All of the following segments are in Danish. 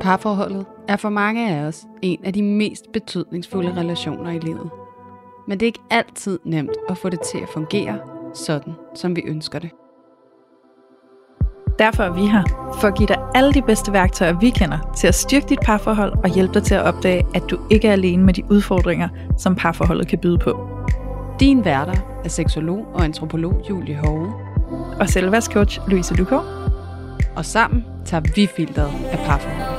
Parforholdet er for mange af os en af de mest betydningsfulde relationer i livet. Men det er ikke altid nemt at få det til at fungere sådan, som vi ønsker det. Derfor er vi her, for at give dig alle de bedste værktøjer, vi kender, til at styrke dit parforhold og hjælpe dig til at opdage, at du ikke er alene med de udfordringer, som parforholdet kan byde på. Din værter er seksolog og antropolog Julie Hove Og selvværdscoach Louise Lukov. og sammen tager vi filteret af parforholdet.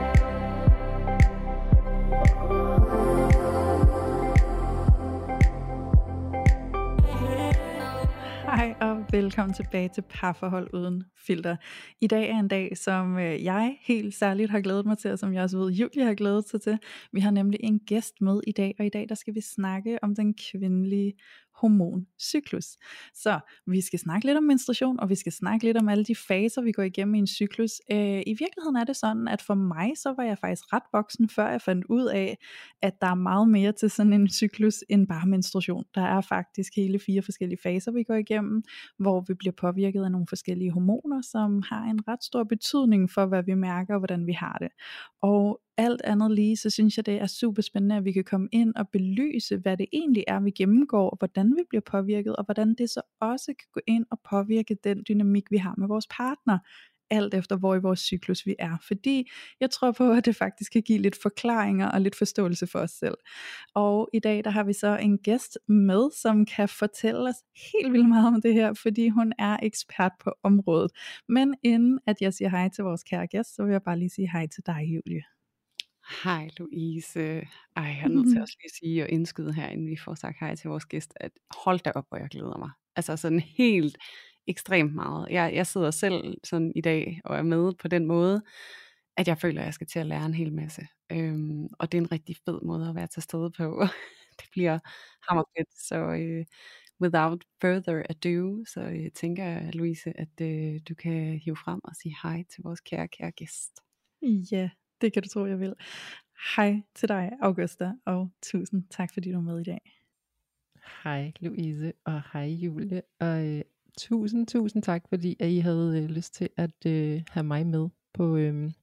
Hej og velkommen tilbage til Parforhold Uden Filter. I dag er en dag, som jeg helt særligt har glædet mig til, og som jeg også ved, Julie har glædet sig til. Vi har nemlig en gæst med i dag, og i dag der skal vi snakke om den kvindelige hormoncyklus. Så vi skal snakke lidt om menstruation, og vi skal snakke lidt om alle de faser, vi går igennem i en cyklus. I virkeligheden er det sådan, at for mig, så var jeg faktisk ret voksen, før jeg fandt ud af, at der er meget mere til sådan en cyklus, end bare menstruation. Der er faktisk hele 4 forskellige faser, vi går igennem, hvor vi bliver påvirket af nogle forskellige hormoner, som har en ret stor betydning for, hvad vi mærker, og hvordan vi har det. Og alt andet lige, så synes jeg, det er super spændende, at vi kan komme ind og belyse, hvad det egentlig er, vi gennemgår, og hvordan vi bliver påvirket, og hvordan det så også kan gå ind og påvirke den dynamik, vi har med vores partner, alt efter hvor i vores cyklus vi er. Fordi jeg tror på, at det faktisk kan give lidt forklaringer og lidt forståelse for os selv. Og i dag, der har vi så en gæst med, som kan fortælle os helt vildt meget om det her, fordi hun er ekspert på området. Men inden at jeg siger hej til vores kære gæst, så vil jeg bare lige sige hej til dig, Julie. Hej Louise. Jeg er nødt til også lige at sige og indskyde her, inden vi får sagt hej til vores gæst, at hold da op, hvor jeg glæder mig. Altså sådan helt ekstremt meget. Jeg sidder selv sådan i dag og er med på den måde, at jeg føler, at jeg skal til at lære en hel masse. Og det er en rigtig fed måde at være til stede på. Det bliver hammerfedt. Så without further ado, så tænker jeg, Louise, at du kan hive frem og sige hej til vores kære gæst. Ja, det kan du tro, jeg vil. Hej til dig, Augusta, og tusind tak, fordi du er med i dag. Hej Louise, og hej Julie, og tusind tak, fordi at I havde lyst til at have mig med på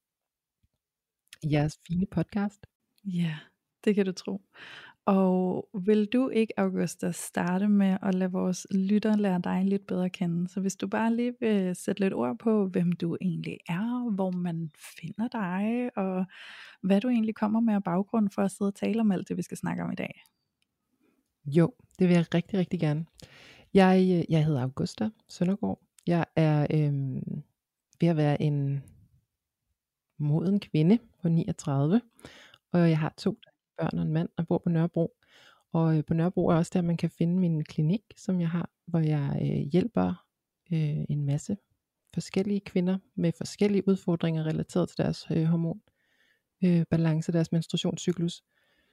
jeres fine podcast. Ja, det kan du tro. Og vil du ikke, Augusta, starte med at lade vores lytter lære dig lidt bedre at kende? Så hvis du bare lige vil sætte lidt ord på, hvem du egentlig er, hvor man finder dig, og hvad du egentlig kommer med af baggrund for at sidde og tale om alt det, vi skal snakke om i dag. Jo, det vil jeg rigtig, rigtig gerne. Jeg hedder Augusta Søndergaard. Jeg er ved at være en moden kvinde på 39, og jeg har 2 børn og en mand, og bor på Nørrebro. Og på Nørrebro er også der, man kan finde min klinik, som jeg har, hvor jeg hjælper en masse forskellige kvinder med forskellige udfordringer relateret til deres hormonbalance, deres menstruationscyklus.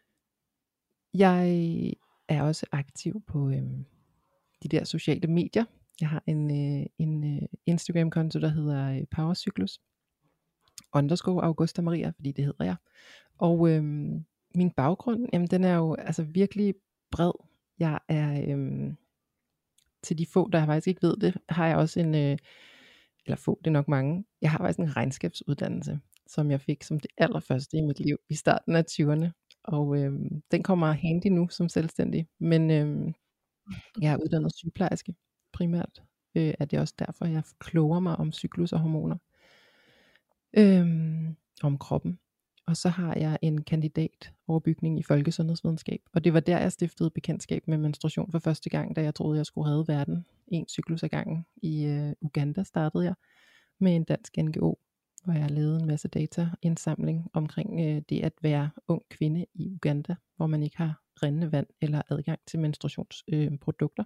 Jeg er også aktiv på de der sociale medier. Jeg har en Instagram-konto, der hedder Powercyklus _ Augusta Maria, fordi det hedder jeg. Og min baggrund, jamen den er jo altså virkelig bred. Jeg er til de få, der faktisk ikke ved det, har jeg også eller få, det er nok mange. Jeg har faktisk en regnskabsuddannelse, som jeg fik som det allerførste i mit liv i starten af 20'erne. Og den kommer handy nu som selvstændig. Men jeg er uddannet sygeplejerske primært. Er det også derfor, jeg kloger mig om cyklus og hormoner. Om kroppen. Og så har jeg en kandidat overbygning i folkesundhedsvidenskab. Og det var der, jeg stiftede bekendtskab med menstruation for første gang, da jeg troede, jeg skulle redde verden. En cyklus ad gangen. I Uganda startede jeg med en dansk NGO, hvor jeg lavede en masse dataindsamling omkring det at være ung kvinde i Uganda, hvor man ikke har rindende vand eller adgang til menstruationsprodukter.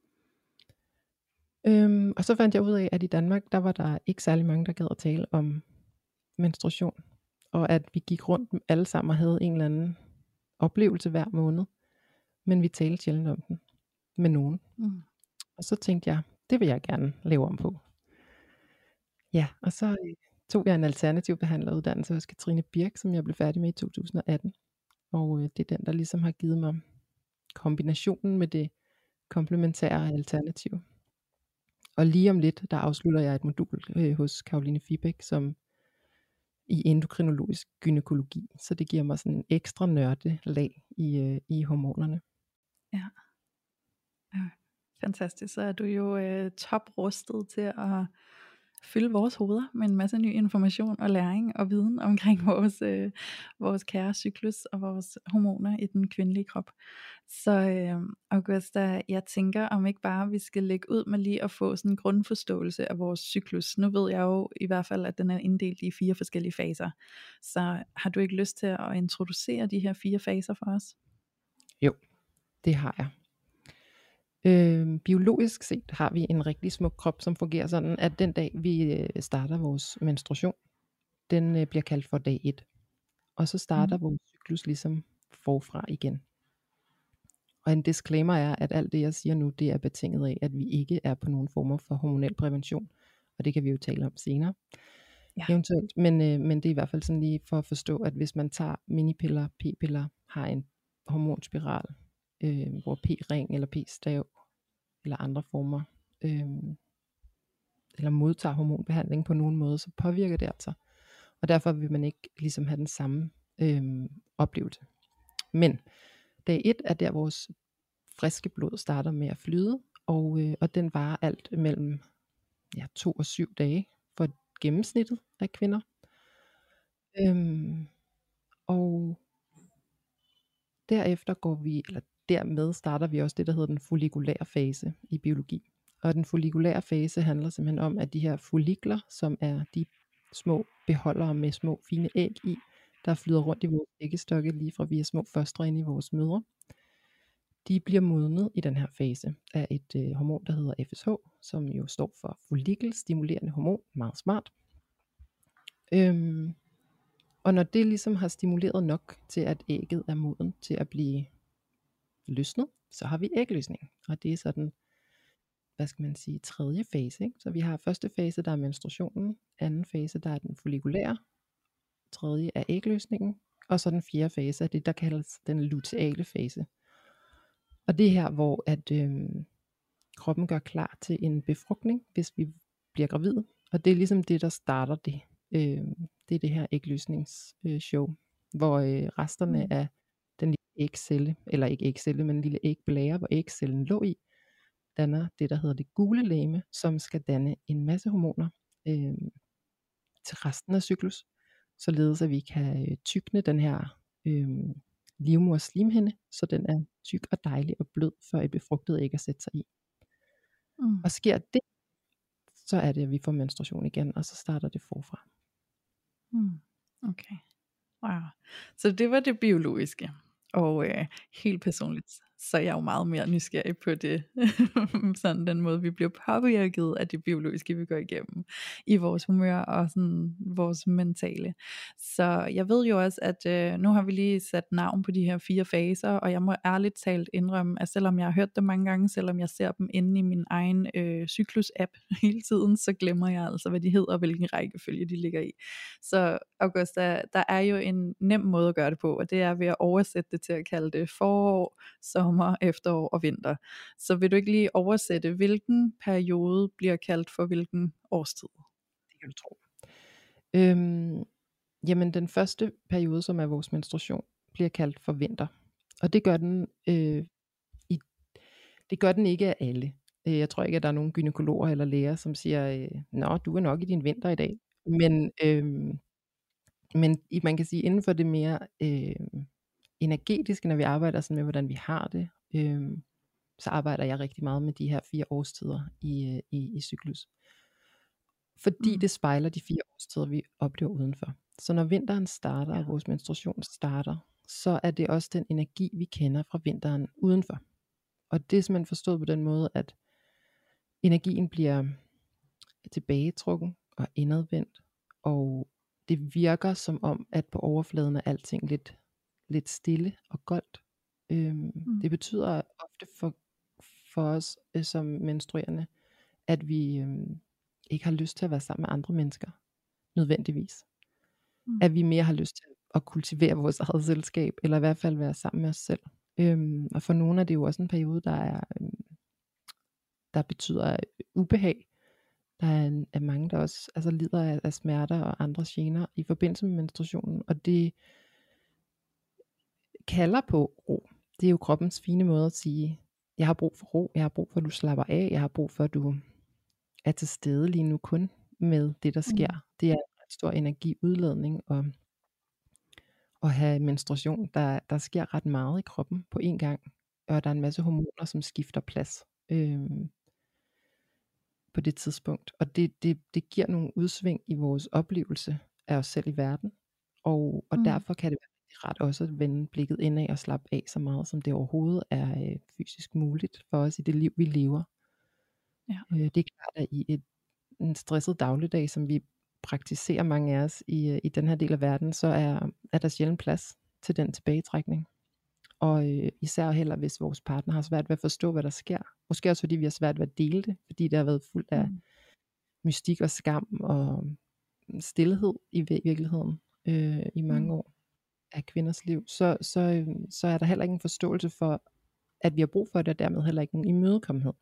Og så fandt jeg ud af, at i Danmark, der var der ikke særlig mange, der gad at tale om menstruation. Og at vi gik rundt alle sammen og havde en eller anden oplevelse hver måned. Men vi talte sjældent om den med nogen. Og så tænkte jeg, det vil jeg gerne lave om på. Ja, og så tog jeg en alternativ behandleruddannelse hos Katrine Birk, som jeg blev færdig med i 2018. Og det er den, der ligesom har givet mig kombinationen med det komplementære alternativ. Og lige om lidt, der afslutter jeg et modul hos Caroline Fibæk, som i endokrinologisk gynækologi, så det giver mig sådan en ekstra nørdelag i hormonerne. Ja. Ja, fantastisk. Så er du jo toprustet til at fylde vores hoveder med en masse ny information og læring og viden omkring vores kære cyklus og vores hormoner i den kvindelige krop. Så Augusta, jeg tænker om ikke bare vi skal lægge ud med lige at få sådan en grundforståelse af vores cyklus. Nu ved jeg jo i hvert fald, at den er inddelt i 4 forskellige faser. Så har du ikke lyst til at introducere de her 4 faser for os? Jo, det har jeg. Biologisk set har vi en rigtig smuk krop, som fungerer sådan, at den dag vi starter vores menstruation, den bliver kaldt for dag 1. Og så starter vores cyklus ligesom forfra igen. Og en disclaimer er, at alt det jeg siger nu, det er betinget af, at vi ikke er på nogen former for hormonel prævention. Og det kan vi jo tale om senere. Ja. Eventuelt. Men det er i hvert fald sådan lige for at forstå, at hvis man tager minipiller, p-piller, har en hormonspiral, bruger p-ring eller p-stav, eller andre former, eller modtager hormonbehandling på nogen måde, så påvirker det altså. Og derfor vil man ikke ligesom have den samme oplevelse. Men dag 1 er der vores friske blod starter med at flyde, og den varer alt mellem 2 og 7 dage for gennemsnittet af kvinder. Og derefter dermed starter vi også det, der hedder den follikulære fase i biologi. Og den follikulære fase handler simpelthen om, at de her follikler, som er de små beholdere med små fine æg i, der flyder rundt i vores æggestokke, lige fra vi er små fostre inde i vores mødre, de bliver modnet i den her fase af et hormon, der hedder FSH, som jo står for follikelstimulerende hormon, meget smart. Og når det ligesom har stimuleret nok til, at ægget er moden til at blive løsnet, så har vi ægløsning. Og det er sådan, tredje fase. Ikke? Så vi har første fase, der er menstruationen, anden fase, der er den follikulære, tredje er ægløsningen, og så den fjerde fase er det, der kaldes den luteale fase. Og det er her, hvor at kroppen gør klar til en befrugtning, hvis vi bliver gravide. Og det er ligesom det, der starter det. Det er det her ægløsningsshow, hvor resterne af den lille ægcelle, eller ikke ægcelle, men en lille ægblære, hvor ægcellen lå i, danner det, der hedder det gule legeme, som skal danne en masse hormoner til resten af cyklus, således at vi kan tykne den her livmors slimhinde, så den er tyk og dejlig og blød, før et befrugtet æg at sætte sig i. Og sker det, så er det, at vi får menstruation igen, og så starter det forfra. Okay. Wow. Så det var det biologiske. Og helt personligt, så er jeg jo meget mere nysgerrig på det, sådan den måde vi bliver påvirket af det biologiske vi går igennem, i vores humør og sådan vores mentale. Så jeg ved jo også, at nu har vi lige sat navn på de her 4 faser, og jeg må ærligt talt indrømme, at selvom jeg har hørt dem mange gange, selvom jeg ser dem inde i min egen cyklus-app hele tiden, så glemmer jeg altså, hvad de hedder og hvilken rækkefølge de ligger i. Så Augusta, der er jo en nem måde at gøre det på, og det er ved at oversætte det til at kalde det forår, sommer, efterår og vinter. Så vil du ikke lige oversætte, hvilken periode bliver kaldt for hvilken årstid? Det kan du tro. Jamen den første periode, som er vores menstruation, bliver kaldt for vinter. Og det gør den, det gør den ikke af alle. Jeg tror ikke, at der er nogen gynækologer eller læger, som siger, nå, du er nok i din vinter i dag. Men man kan sige, inden for det mere energetiske, når vi arbejder sådan med, hvordan vi har det, så arbejder jeg rigtig meget med de her 4 årstider i cyklus. Fordi det spejler de 4 årstider, vi oplever udenfor. Så når vinteren starter, og vores menstruation starter, så er det også den energi, vi kender fra vinteren udenfor. Og det er simpelthen forstået på den måde, at energien bliver tilbagetrukken og indadvendt, og det virker som om, at på overfladen er alting lidt stille og goldt. Det betyder ofte for os som menstruerende, at vi ikke har lyst til at være sammen med andre mennesker, nødvendigvis. At vi mere har lyst til at kultivere vores eget selskab, eller i hvert fald være sammen med os selv. Og for nogle er det jo også en periode, der betyder ubehag, Der er mange, der også altså lider af smerter og andre gener i forbindelse med menstruationen, og det kalder på ro. Det er jo kroppens fine måde at sige, jeg har brug for ro, jeg har brug for, at du slapper af, jeg har brug for, at du er til stede lige nu kun med det, der sker. Det er en ret stor energiudladning at have menstruation. Der sker ret meget i kroppen på én gang, og der er en masse hormoner, som skifter plads på det tidspunkt. Og det giver nogle udsving i vores oplevelse af os selv i verden, og derfor kan det være rigtig rart også at vende blikket indad og slappe af så meget, som det overhovedet er fysisk muligt for os i det liv, vi lever. Ja. Det er klart, at i en stresset dagligdag, som vi praktiserer mange af os i den her del af verden, så er der sjældent plads til den tilbagetrækning. Og især heller hvis vores partner har svært ved at forstå, hvad der sker. Måske også fordi vi har svært ved at dele det, fordi det har været fuldt af mystik og skam og stilhed i virkeligheden i mange år af kvinders liv. Så er der heller ingen forståelse for, at vi har brug for det, og dermed heller ikke nogen imødekommenhed.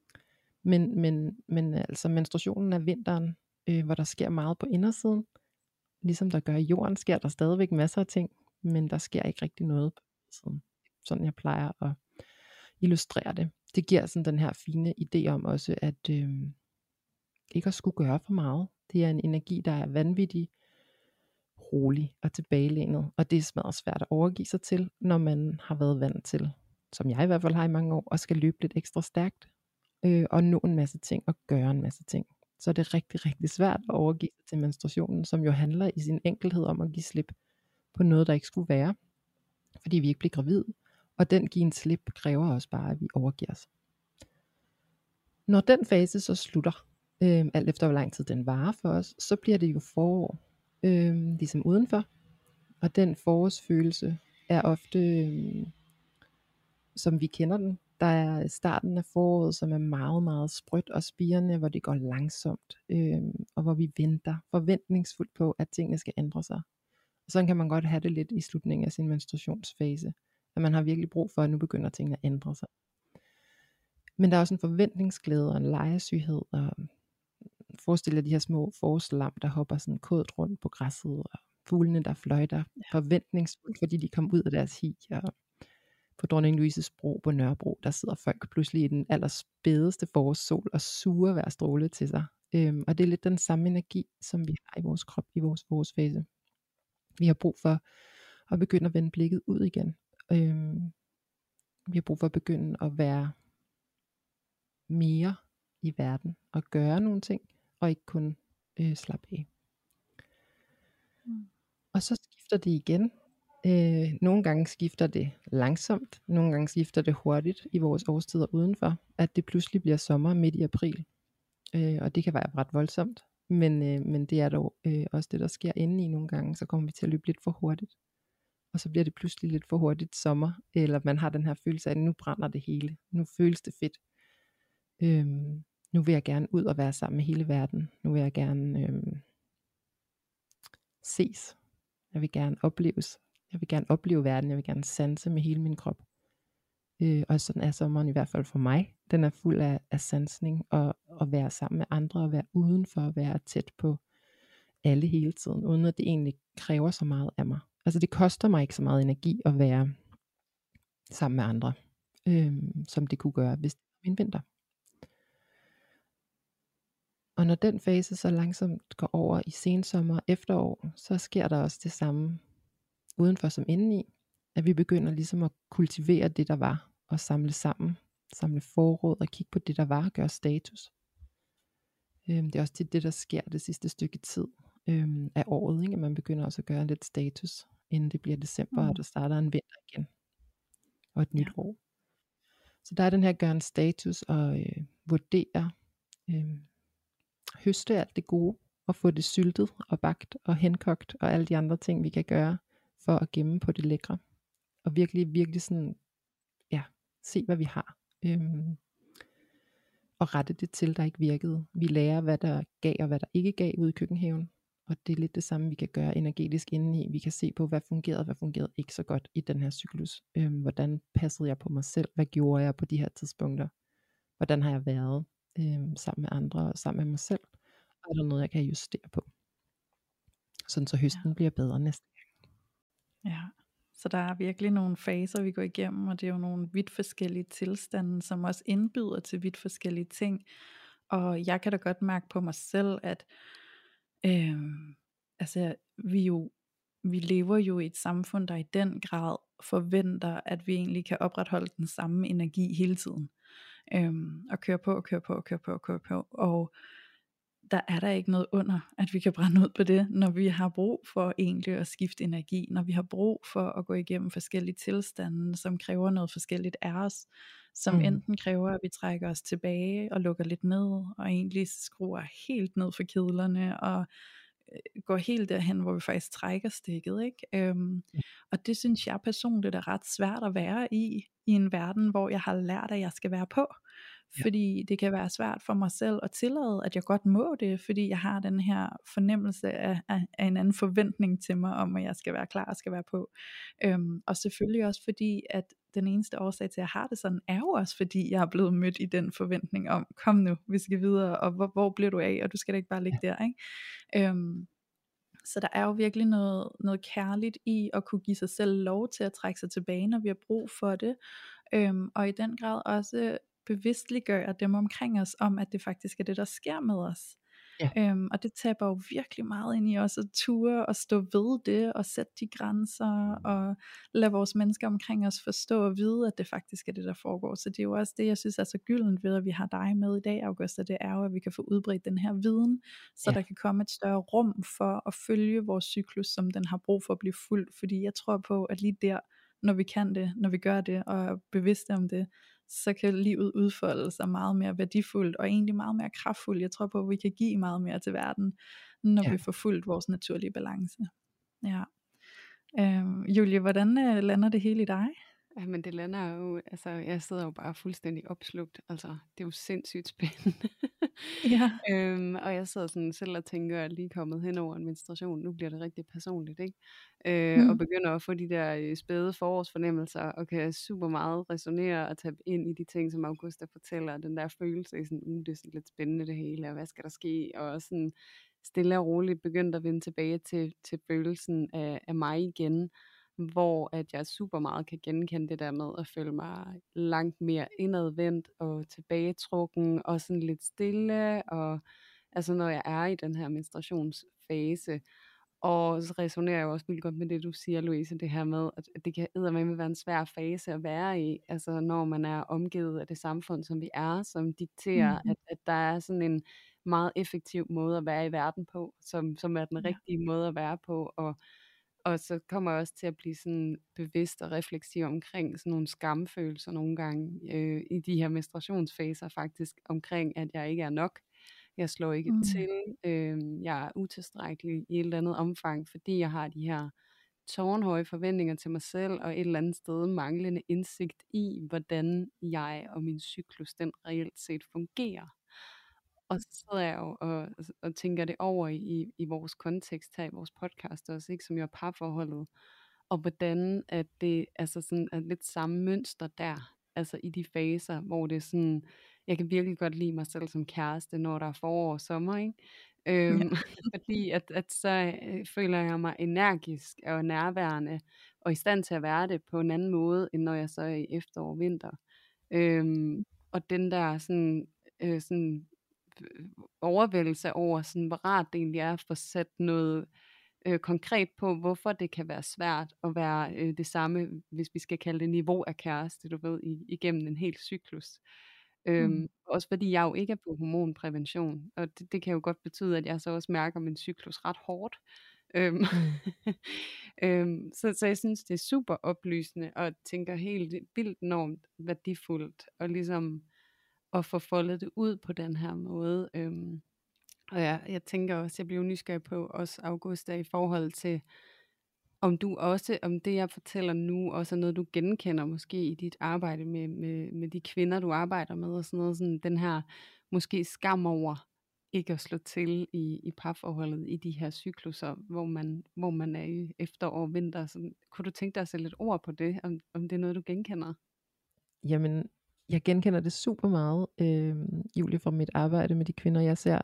Men altså menstruationen er vinteren, hvor der sker meget på indersiden. Ligesom der gør i jorden, sker der stadigvæk masser af ting, men der sker ikke rigtig noget på indersiden. Sådan jeg plejer at illustrere det. Det giver sådan den her fine idé om også, at ikke at skulle gøre for meget. Det er en energi, der er vanvittig rolig og tilbagelænet, og det er smadret svært at overgive sig til, når man har været vant til, som jeg i hvert fald har i mange år, og skal løbe lidt ekstra stærkt, og nå en masse ting, og gøre en masse ting. Så er det rigtig, rigtig svært at overgive sig til menstruationen, som jo handler i sin enkelhed om at give slip på noget, der ikke skulle være, fordi vi ikke bliver gravid, og den given slip kræver også bare, at vi overgiver os. Når den fase så slutter, alt efter hvor lang tid den varer for os, så bliver det jo forår, ligesom udenfor, og den forårsfølelse er ofte, som vi kender den. Der er starten af foråret, som er meget, meget sprødt og spirende, hvor det går langsomt, og hvor vi venter forventningsfuldt på, at tingene skal ændre sig. Og sådan kan man godt have det lidt i slutningen af sin menstruationsfase, at man har virkelig brug for, at nu begynder tingene at ændre sig. Men der er også en forventningsglæde og en legesyghed, og forestil jer de her små forårslam, der hopper sådan kodt rundt på græsset, og fuglene, der fløjter forventningsfuldt, fordi de kom ud af deres hi, og på Dronning Louises bro på Nørrebro, der sidder folk pludselig i den allerspædeste forårssol og suger hver stråle til sig. Og det er lidt den samme energi, som vi har i vores krop i vores forårsfase. Vi har brug for at begynde at vende blikket ud igen. Vi har brug for at begynde at være mere i verden og gøre nogle ting, og ikke kun slappe af. Og så skifter det igen. Nogle gange skifter det langsomt, nogle gange skifter det hurtigt i vores årstider udenfor, at det pludselig bliver sommer midt i april. Og det kan være ret voldsomt, men det er dog også det, der sker inde i nogle gange. Så kommer vi til at løbe lidt for hurtigt, og så bliver det pludselig lidt for hurtigt sommer, eller man har den her følelse af, at nu brænder det hele, nu føles det fedt. Nu vil jeg gerne ud og være sammen med hele verden, nu vil jeg gerne ses, jeg vil gerne opleves. Jeg vil gerne opleve verden, jeg vil gerne sanse med hele min krop. Og sådan er sommeren i hvert fald for mig. Den er fuld af sansning, og at være sammen med andre, og være udenfor, at være tæt på alle hele tiden, uden at det egentlig kræver så meget af mig. Altså det koster mig ikke så meget energi at være sammen med andre, som det kunne gøre, hvis det var min vinter. Og når den fase så langsomt går over i sensommer og efterår, så sker der også det samme udenfor som indeni, at vi begynder ligesom at kultivere det der var, og samle sammen, samle forråd og kigge på det der var og gøre status. Det er også tit det der sker det sidste stykke tid af året, ikke? At man begynder også at gøre lidt status, inden det bliver december, og der starter en vinter igen, og et nyt år. Så der er den her gøre en status og vurdere, høste alt det gode, og få det syltet og bagt og henkogt, og alle de andre ting vi kan gøre, for at gemme på det lækre, og virkelig sådan, se hvad vi har, og rette det til, der ikke virkede. Vi lærer, hvad der gav, og hvad der ikke gav ude i køkkenhaven, og det er lidt det samme, vi kan gøre energetisk indeni. Vi kan se på, hvad fungerede ikke så godt i den her cyklus. Hvordan passede jeg på mig selv? Hvad gjorde jeg på de her tidspunkter? Hvordan har jeg været? sammen med andre og sammen med mig selv. Og er der noget, jeg kan justere på, sådan så høsten bliver bedre næste gang. Ja, så der er virkelig nogle faser, vi går igennem, og det er jo nogle vidt forskellige tilstande, som også indbyder til vidt forskellige ting. Og jeg kan da godt mærke på mig selv, at altså vi lever jo i et samfund, der i den grad forventer, at vi egentlig kan opretholde den samme energi hele tiden. Og køre på og køre på og køre på og køre på. Og der er der ikke noget under, at vi kan brænde ud på det, når vi har brug for egentlig at skifte energi, når vi har brug for at gå igennem forskellige tilstande, som kræver noget forskelligt af os, som enten kræver, at vi trækker os tilbage og lukker lidt ned, og egentlig skruer helt ned for kedlerne, og går helt derhen, hvor vi faktisk trækker stikket, ikke? Og det synes jeg personligt er ret svært at være i en verden, hvor jeg har lært, at jeg skal være på. Fordi det kan være svært for mig selv at tillade, at jeg godt må det, fordi jeg har den her fornemmelse af en anden forventning til mig, om at jeg skal være klar og skal være på. Og selvfølgelig også fordi, at den eneste årsag til, at jeg har det sådan, er jo også fordi, jeg er blevet mødt i den forventning om, kom nu, vi skal videre, og hvor bliver du af, og du skal da ikke bare ligge der, ikke? Så der er jo virkelig noget kærligt i at kunne give sig selv lov til at trække sig tilbage, når vi har brug for det, og i den grad også bevidstliggøre dem omkring os om, at det faktisk er det, der sker med os. Og det taber jo virkelig meget ind i os at ture og stå ved det og sætte de grænser og lade vores mennesker omkring os forstå og vide, at det faktisk er det, der foregår. Så det er jo også det, jeg synes er så gyldent ved, at vi har dig med i dag, Augusta. Det er jo, at vi kan få udbredt den her viden, så der kan komme et større rum for at følge vores cyklus, som den har brug for at blive fuldt. Fordi jeg tror på, at lige der, når vi kan det, når vi gør det og er bevidste om det, så kan livet udfolde sig meget mere værdifuldt og egentlig meget mere kraftfuldt. Jeg tror på, at vi kan give meget mere til verden, når vi får fulgt vores naturlige balance. Ja. Julie, hvordan lander det hele i dig? Men det lander jo, altså jeg sidder jo bare fuldstændig opslugt, altså det er jo sindssygt spændende. Ja. Og jeg sidder sådan selv og tænker, at jeg er lige kommet hen over en menstruation, nu bliver det rigtig personligt, ikke? Og begynder at få de der spæde forårsfornemmelser, og kan super meget resonere og tabe ind i de ting, som Augusta fortæller, den der følelse i sådan, det er sådan lidt spændende det hele, og hvad skal der ske, og sådan stille og roligt begyndt at vende tilbage til følelsen af mig igen, hvor at jeg super meget kan genkende det der med at føle mig langt mere indadvendt og tilbagetrukken og sådan lidt stille, og altså når jeg er i den her menstruationsfase. Og så resonerer jeg jo også vildt godt med det, du siger, Louise, det her med, at det kan eddermame være en svær fase at være i, altså når man er omgivet af det samfund, som vi er, som dikterer, at der er sådan en meget effektiv måde at være i verden på, som er den rigtige måde at være på, og så kommer jeg også til at blive sådan bevidst og refleksiv omkring sådan nogle skamfølelser nogle gange i de her menstruationsfaser faktisk, omkring at jeg ikke er nok. Jeg slår ikke til, jeg er utilstrækkelig i et eller andet omfang, fordi jeg har de her tårnhøje forventninger til mig selv, og et eller andet sted manglende indsigt i, hvordan jeg og min cyklus, den reelt set fungerer. Og så sidder jeg jo og tænker det over i vores kontekst her i vores podcast også, ikke, som jo er parforholdet, og hvordan at det altså sådan er lidt samme mønster der, altså i de faser, hvor det er sådan, jeg kan virkelig godt lide mig selv som kæreste, når der er forår og sommer, ikke? Fordi at så føler jeg mig energisk og nærværende, og i stand til at være det på en anden måde, end når jeg så er i efterår og vinter. Og den der sådan overvældelse over sådan, hvor rart det egentlig er at få sat noget konkret på, hvorfor det kan være svært at være det samme, hvis vi skal kalde det niveau af kæreste, du ved, igennem en hel cyklus. Også fordi jeg jo ikke er på hormonprævention, og det kan jo godt betyde, at jeg så også mærker min cyklus ret hårdt. Så jeg synes, det er super oplysende, og tænker helt vildt enormt værdifuldt, og ligesom at få foldet det ud på den her måde. Og jeg tænker også, jeg bliver nysgerrig på også, Augusta, i forhold til, om du også, om det jeg fortæller nu, også er noget du genkender måske i dit arbejde med de kvinder du arbejder med, og sådan noget, sådan den her måske skam over ikke at slå til i parforholdet i de her cykluser, hvor man er i efterår og vinter. Så kunne du tænke dig at sætte lidt ord på det, om det er noget du genkender? Jamen, jeg genkender det super meget, Julie, fra mit arbejde med de kvinder, jeg ser,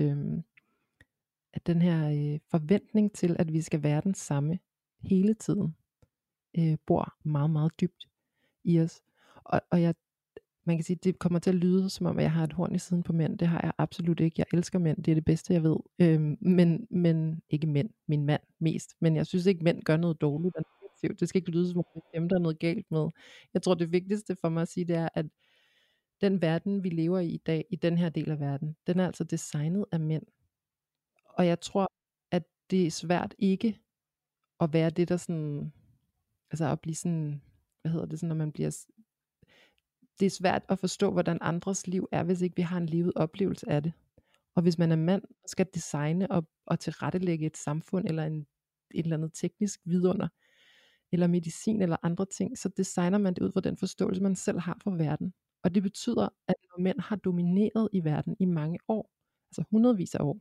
at den her forventning til, at vi skal være den samme hele tiden, bor meget, meget dybt i os. Og man kan sige, det kommer til at lyde, som om jeg har et horn i siden på mænd. Det har jeg absolut ikke. Jeg elsker mænd, det er det bedste, jeg ved. Men ikke mænd, min mand mest. Men jeg synes ikke, mænd gør noget dårligt og negativt. Det skal ikke lyde, som om det er dem, der er noget galt med. Jeg tror, det vigtigste for mig at sige, det er, at den verden, vi lever i dag, i den her del af verden, den er altså designet af mænd. Og jeg tror, at det er svært ikke at være det, der sådan, altså at blive sådan, hvad hedder det, sådan, når man bliver, det er svært at forstå, hvordan andres liv er, hvis ikke vi har en levet oplevelse af det. Og hvis man er mand, skal designe og tilrettelægge et samfund, eller et eller andet teknisk vidunder, eller medicin, eller andre ting, så designer man det ud fra den forståelse, man selv har for verden. Og det betyder, at når mænd har domineret i verden i mange år, altså hundredvis af år,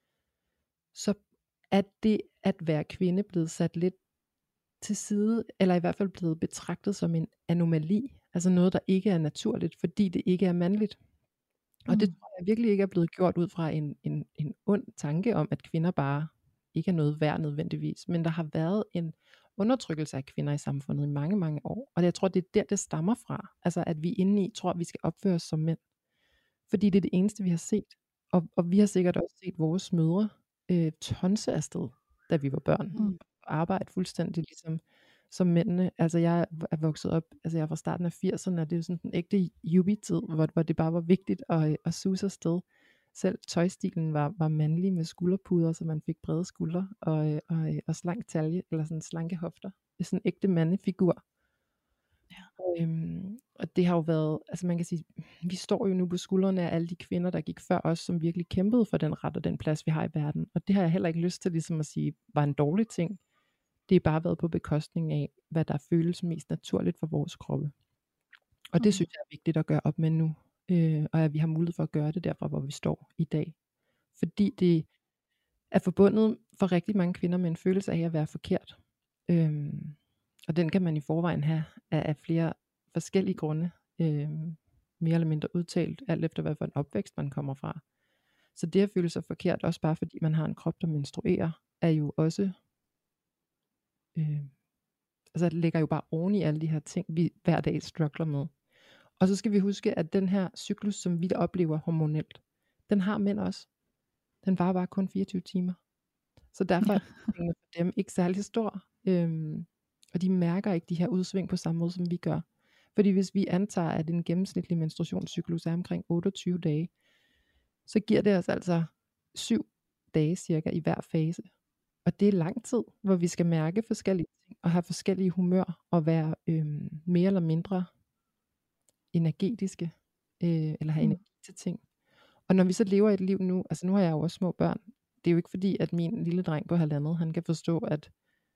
så er det at være kvinde blevet sat lidt til side, eller i hvert fald blevet betragtet som en anomali, altså noget, der ikke er naturligt, fordi det ikke er mandligt. Og det tror jeg virkelig ikke er blevet gjort ud fra en ond tanke om, at kvinder bare ikke er noget værd nødvendigvis, men der har været en undertrykkelse af kvinder i samfundet i mange, mange år, og jeg tror, det er der, det stammer fra, altså at vi indeni tror, at vi skal opføre os som mænd, fordi det er det eneste, vi har set, og vi har sikkert også set vores mødre tonse afsted, da vi var børn, og arbejde fuldstændig ligesom som mændene. Altså jeg er vokset op, altså jeg er fra starten af 80'erne, og det er jo sådan en ægte yuppie-tid, hvor det bare var vigtigt at suse afsted. Selv tøjstilen var mandlig med skulderpuder, så man fik brede skuldre og slank talje, eller sådan slanke hofter. Det er sådan en ægte mandefigur. Ja. Og det har jo været, altså man kan sige, vi står jo nu på skuldrene af alle de kvinder, der gik før os, som virkelig kæmpede for den ret og den plads, vi har i verden. Og det har jeg heller ikke lyst til ligesom at sige, var en dårlig ting. Det er bare været på bekostning af, hvad der føles mest naturligt for vores kroppe. Og det synes jeg er vigtigt at gøre op med nu. Og at vi har mulighed for at gøre det derfra, hvor vi står i dag. Fordi det er forbundet for rigtig mange kvinder med en følelse af at være forkert. Og den kan man i forvejen have af flere forskellige grunde. Mere eller mindre udtalt, alt efter hvad for en opvækst man kommer fra. Så det at føle sig forkert, også bare fordi man har en krop, der menstruerer, er jo også altså det ligger jo bare oven i alle de her ting, vi hver dag struggler med. Og så skal vi huske, at den her cyklus, som vi oplever hormonelt, den har mænd også. Den varer bare kun 24 timer. Så derfor er det for dem ikke særlig stor. Og de mærker ikke de her udsving på samme måde, som vi gør. Fordi hvis vi antager, at en gennemsnitlig menstruationscyklus er omkring 28 dage, så giver det os altså 7 dage cirka i hver fase. Og det er lang tid, hvor vi skal mærke forskellige ting, og have forskellige humør, og være mere eller mindre energetiske, eller have energi til ting. Og når vi så lever et liv nu, altså nu har jeg jo også små børn, det er jo ikke fordi, at min lille dreng på 1,5, han kan forstå, at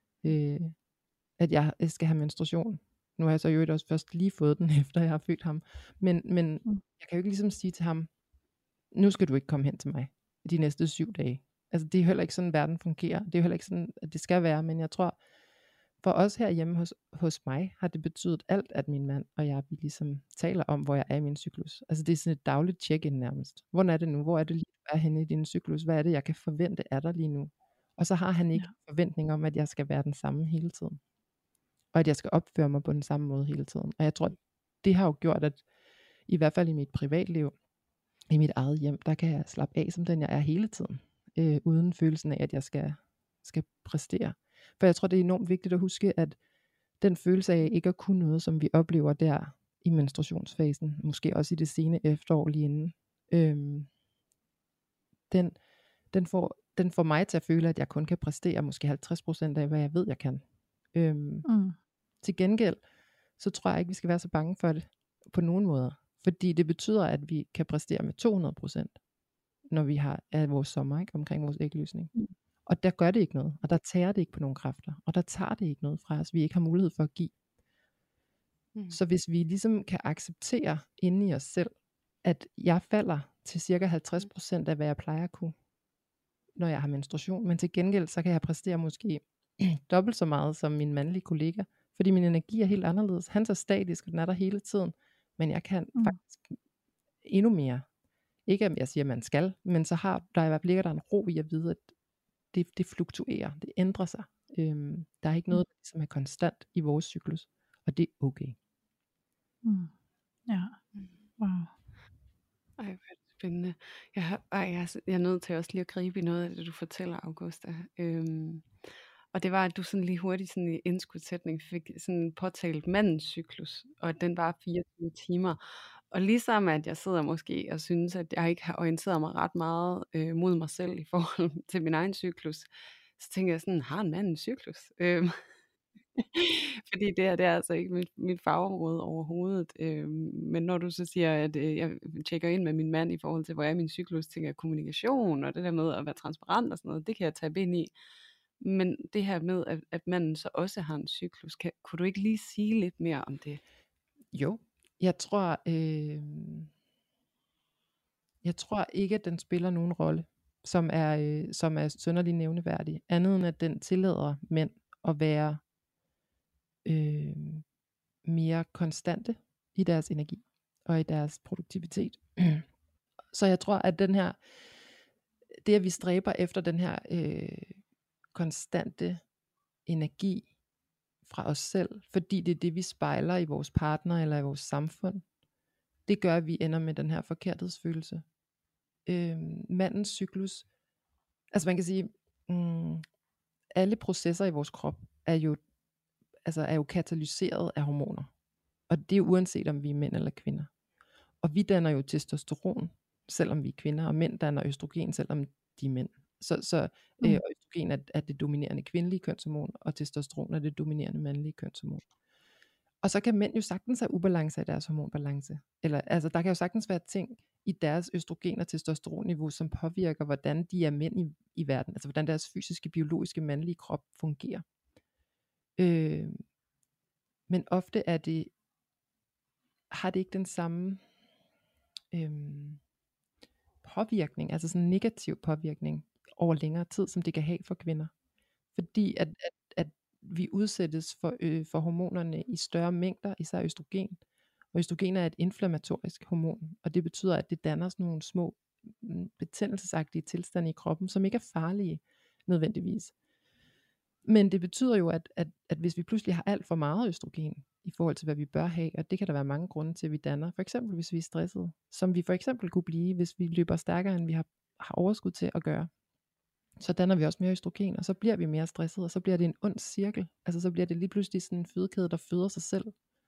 jeg skal have menstruation. Nu har jeg så jo også først lige fået den, efter jeg har født ham. Men jeg kan jo ikke ligesom sige til ham, nu skal du ikke komme hen til mig de næste 7 dage. Altså det er heller ikke sådan, verden fungerer. Det er jo heller ikke sådan, at det skal være. Men jeg tror, for os herhjemme hos mig, har det betydet alt, at min mand og jeg, vi ligesom taler om, hvor jeg er i min cyklus. Altså det er sådan et dagligt check-in nærmest. Hvordan er det nu? Hvor er det lige, du er henne i din cyklus? Hvad er det, jeg kan forvente af dig lige nu? Og så har han ikke forventning om, at jeg skal være den samme hele tiden. Og at jeg skal opføre mig på den samme måde hele tiden. Og jeg tror, det har jo gjort, at i hvert fald i mit privatliv, i mit eget hjem, der kan jeg slappe af, som den jeg er hele tiden. Uden følelsen af, at jeg skal præstere. For jeg tror, det er enormt vigtigt at huske, at den følelse af ikke at kunne noget, som vi oplever der i menstruationsfasen, måske også i det sene efterår lige inden, den får mig til at føle, at jeg kun kan præstere måske 50% af, hvad jeg ved, jeg kan. Til gengæld, så tror jeg ikke, vi skal være så bange for det på nogen måder. Fordi det betyder, at vi kan præstere med 200%, når vi har af vores sommer, ikke, omkring vores ægløsning. Og der gør det ikke noget, og der tager det ikke på nogen kræfter, og der tager det ikke noget fra os, vi ikke har mulighed for at give. Så hvis vi ligesom kan acceptere inde i os selv, at jeg falder til cirka 50% af, hvad jeg plejer at kunne, når jeg har menstruation, men til gengæld, så kan jeg præstere måske dobbelt så meget som min mandlige kollega, fordi min energi er helt anderledes. Han er statisk, og den er der hele tiden, men jeg kan Mm. faktisk endnu mere. Ikke at jeg siger, at man skal, men så har der i hvert fald ligger der en ro i at vide, at det fluktuerer, det ændrer sig. Der er ikke noget, der ligesom er konstant i vores cyklus, og det er okay. Mm. Ja, wow. Ej, hvor er det spændende. Jeg er nødt til også lige at gribe i noget af det, du fortæller, Augusta. Og det var, at du sådan lige hurtigt sådan i indskudssætning fik sådan påtalt mandens cyklus, og at den var 24 timer. Og ligesom at jeg sidder måske og synes, at jeg ikke har orienteret mig ret meget mod mig selv i forhold til min egen cyklus, så tænker jeg sådan, har en mand en cyklus? Fordi det her, det er altså ikke mit fagområde overhovedet. Men når du så siger, at jeg tjekker ind med min mand i forhold til, hvor er min cyklus, tænker jeg kommunikation, og det der med at være transparent og sådan noget, det kan jeg tage ind i. Men det her med, at manden så også har en cyklus, kunne du ikke lige sige lidt mere om det? Jo, jeg tror ikke, at den spiller nogen rolle, som er synderlig nævneværdig, andet end at den tillader mænd at være mere konstante i deres energi og i deres produktivitet. Så jeg tror, at det at vi stræber efter den her konstante energi fra os selv, fordi det er det, vi spejler i vores partner eller i vores samfund, det gør, at vi ender med den her forkerthedsfølelse. Mandens cyklus, altså man kan sige, alle processer i vores krop er jo katalyseret af hormoner. Og det er uanset om vi er mænd eller kvinder. Og vi danner jo testosteron, selvom vi er kvinder, og mænd danner østrogen, selvom de er mænd. Så østrogen er det dominerende kvindelige kønshormon, og testosteron er det dominerende mandlige kønshormon. Og så kan mænd jo sagtens have ubalance i deres hormonbalance. Eller altså der kan jo sagtens være ting i deres østrogen og testosteronniveau, som påvirker, hvordan de er mænd i verden. Altså hvordan deres fysiske, biologiske, mandlige krop fungerer. Men ofte har det ikke den samme påvirkning, altså sådan en negativ påvirkning over længere tid, som det kan have for kvinder. Fordi at vi udsættes for hormonerne i større mængder, især østrogen. Og østrogen er et inflammatorisk hormon, og det betyder, at det danner sådan nogle små betændelsesagtige tilstande i kroppen, som ikke er farlige nødvendigvis. Men det betyder jo, at hvis vi pludselig har alt for meget østrogen, i forhold til hvad vi bør have, og det kan der være mange grunde til, at vi danner. For eksempel hvis vi er stressede, som vi for eksempel kunne blive, hvis vi løber stærkere, end vi har overskud til at gøre. Så danner vi også mere østrogen, og så bliver vi mere stressede, og så bliver det en ond cirkel. Altså så bliver det lige pludselig sådan en fødekæde, der føder sig selv.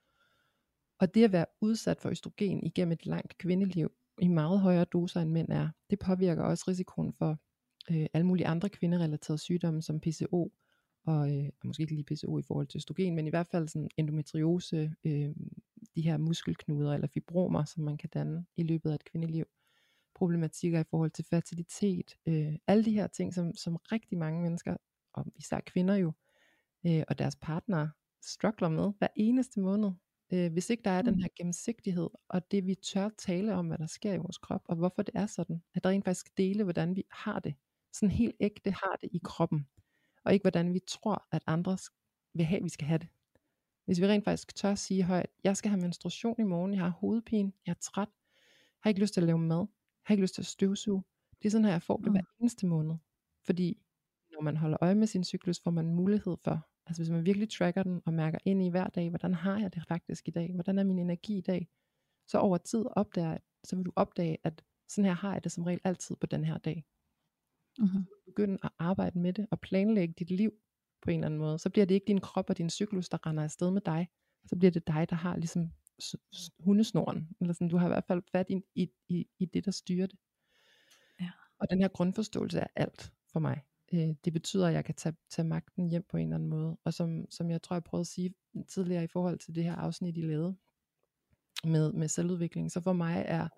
Og det at være udsat for østrogen igennem et langt kvindeliv, i meget højere doser end mænd er, det påvirker også risikoen for alle mulige andre kvinderelaterede sygdomme, som PCO, og måske ikke lige PCO i forhold til østrogen, men i hvert fald sådan endometriose, de her muskelknuder eller fibromer, som man kan danne i løbet af et kvindeliv, problematikker i forhold til fertilitet, alle de her ting, som rigtig mange mennesker, og især kvinder jo, og deres partnere, struggler med hver eneste måned. Hvis ikke der er den her gennemsigtighed, og det vi tør tale om, hvad der sker i vores krop, og hvorfor det er sådan, at der rent faktisk dele, hvordan vi har det, sådan helt ægte har det i kroppen, og ikke hvordan vi tror, at andre vil have, vi skal have det. Hvis vi rent faktisk tør sige højt, jeg skal have menstruation i morgen, jeg har hovedpine, jeg er træt, har ikke lyst til at lave mad, har ikke lyst til at støvsuge. Det er sådan her, jeg får det hver eneste måned. Fordi når man holder øje med sin cyklus, får man mulighed for, altså hvis man virkelig tracker den, og mærker ind i hver dag, hvordan har jeg det faktisk i dag, hvordan er min energi i dag, så over tid så vil du opdage, at sådan her har jeg det som regel altid på den her dag. Så begynde at arbejde med det, og planlægge dit liv på en eller anden måde. Så bliver det ikke din krop og din cyklus, der render afsted med dig. Så bliver det dig, der har ligesom hundesnoren, eller sådan, du har i hvert fald fat i det, der styrer det. Ja. Og den her grundforståelse er alt for mig. Det betyder, at jeg kan tage magten hjem på en eller anden måde. Og som jeg tror, jeg prøvede at sige tidligere i forhold til det her afsnit, I lavede med selvudvikling, så for mig er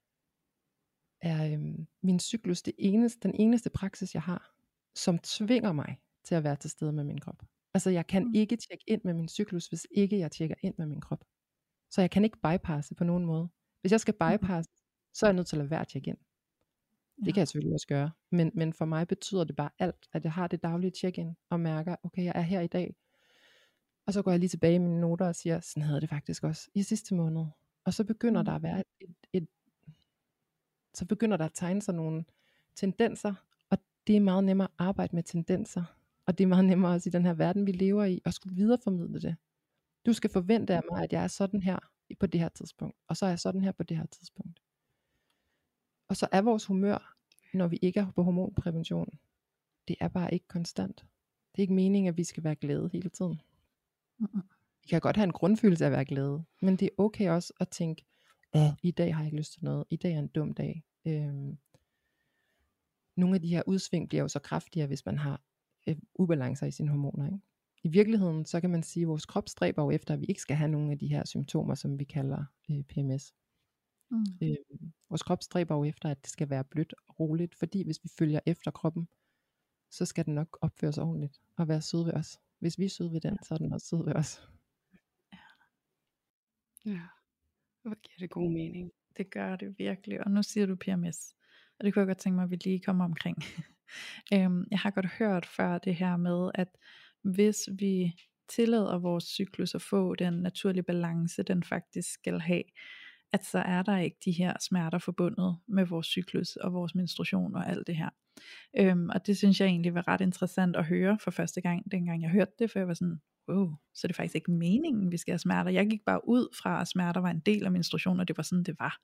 min cyklus den eneste praksis, jeg har, som tvinger mig til at være til stede med min krop. Altså jeg kan ikke tjekke ind med min cyklus, hvis ikke jeg tjekker ind med min krop. Så jeg kan ikke bypasse på nogen måde. Hvis jeg skal bypasse, så er jeg nødt til at lade være at tjekke ind. Det kan jeg selvfølgelig også gøre. Men for mig betyder det bare alt, at jeg har det daglige check-in, og mærker, okay, jeg er her i dag. Og så går jeg lige tilbage i mine noter og siger, sådan havde det faktisk også i sidste måned. Og så begynder der at være så begynder der at tegne sig nogle tendenser, og det er meget nemmere at arbejde med tendenser, og det er meget nemmere også i den her verden, vi lever i, at skulle videreformidle det. Du skal forvente af mig, at jeg er sådan her på det her tidspunkt, og så er jeg sådan her på det her tidspunkt. Og så er vores humør, når vi ikke er på hormonprævention, det er bare ikke konstant. Det er ikke meningen, at vi skal være glade hele tiden. Vi kan godt have en grundfølelse af at være glade, men det er okay også at tænke, i dag har jeg ikke lyst til noget, i dag er en dum dag. Nogle af de her udsving bliver jo så kraftigere, hvis man har ubalancer i sine hormoner. Ikke? I virkeligheden, så kan man sige, at vores krop stræber jo efter, at vi ikke skal have nogle af de her symptomer, som vi kalder PMS. Vores krop stræber jo efter, at det skal være blødt og roligt, fordi hvis vi følger efter kroppen, så skal den nok opføre sig ordentligt og være sød ved os. Hvis vi er søde ved den, så er den også sød ved os. Ja, hvor giver det god mening. Det gør det virkelig. Og nu siger du PMS, og det kunne jeg godt tænke mig, at vi lige kommer omkring. Jeg har godt hørt før det her med, at hvis vi tillader vores cyklus at få den naturlige balance, den faktisk skal have, at så er der ikke de her smerter forbundet med vores cyklus og vores menstruation og alt det her. Og det synes jeg egentlig var ret interessant at høre for første gang, dengang jeg hørte det, for jeg var sådan, så er det faktisk ikke meningen, vi skal have smerter. Jeg gik bare ud fra, at smerter var en del af menstruation, og det var sådan, det var.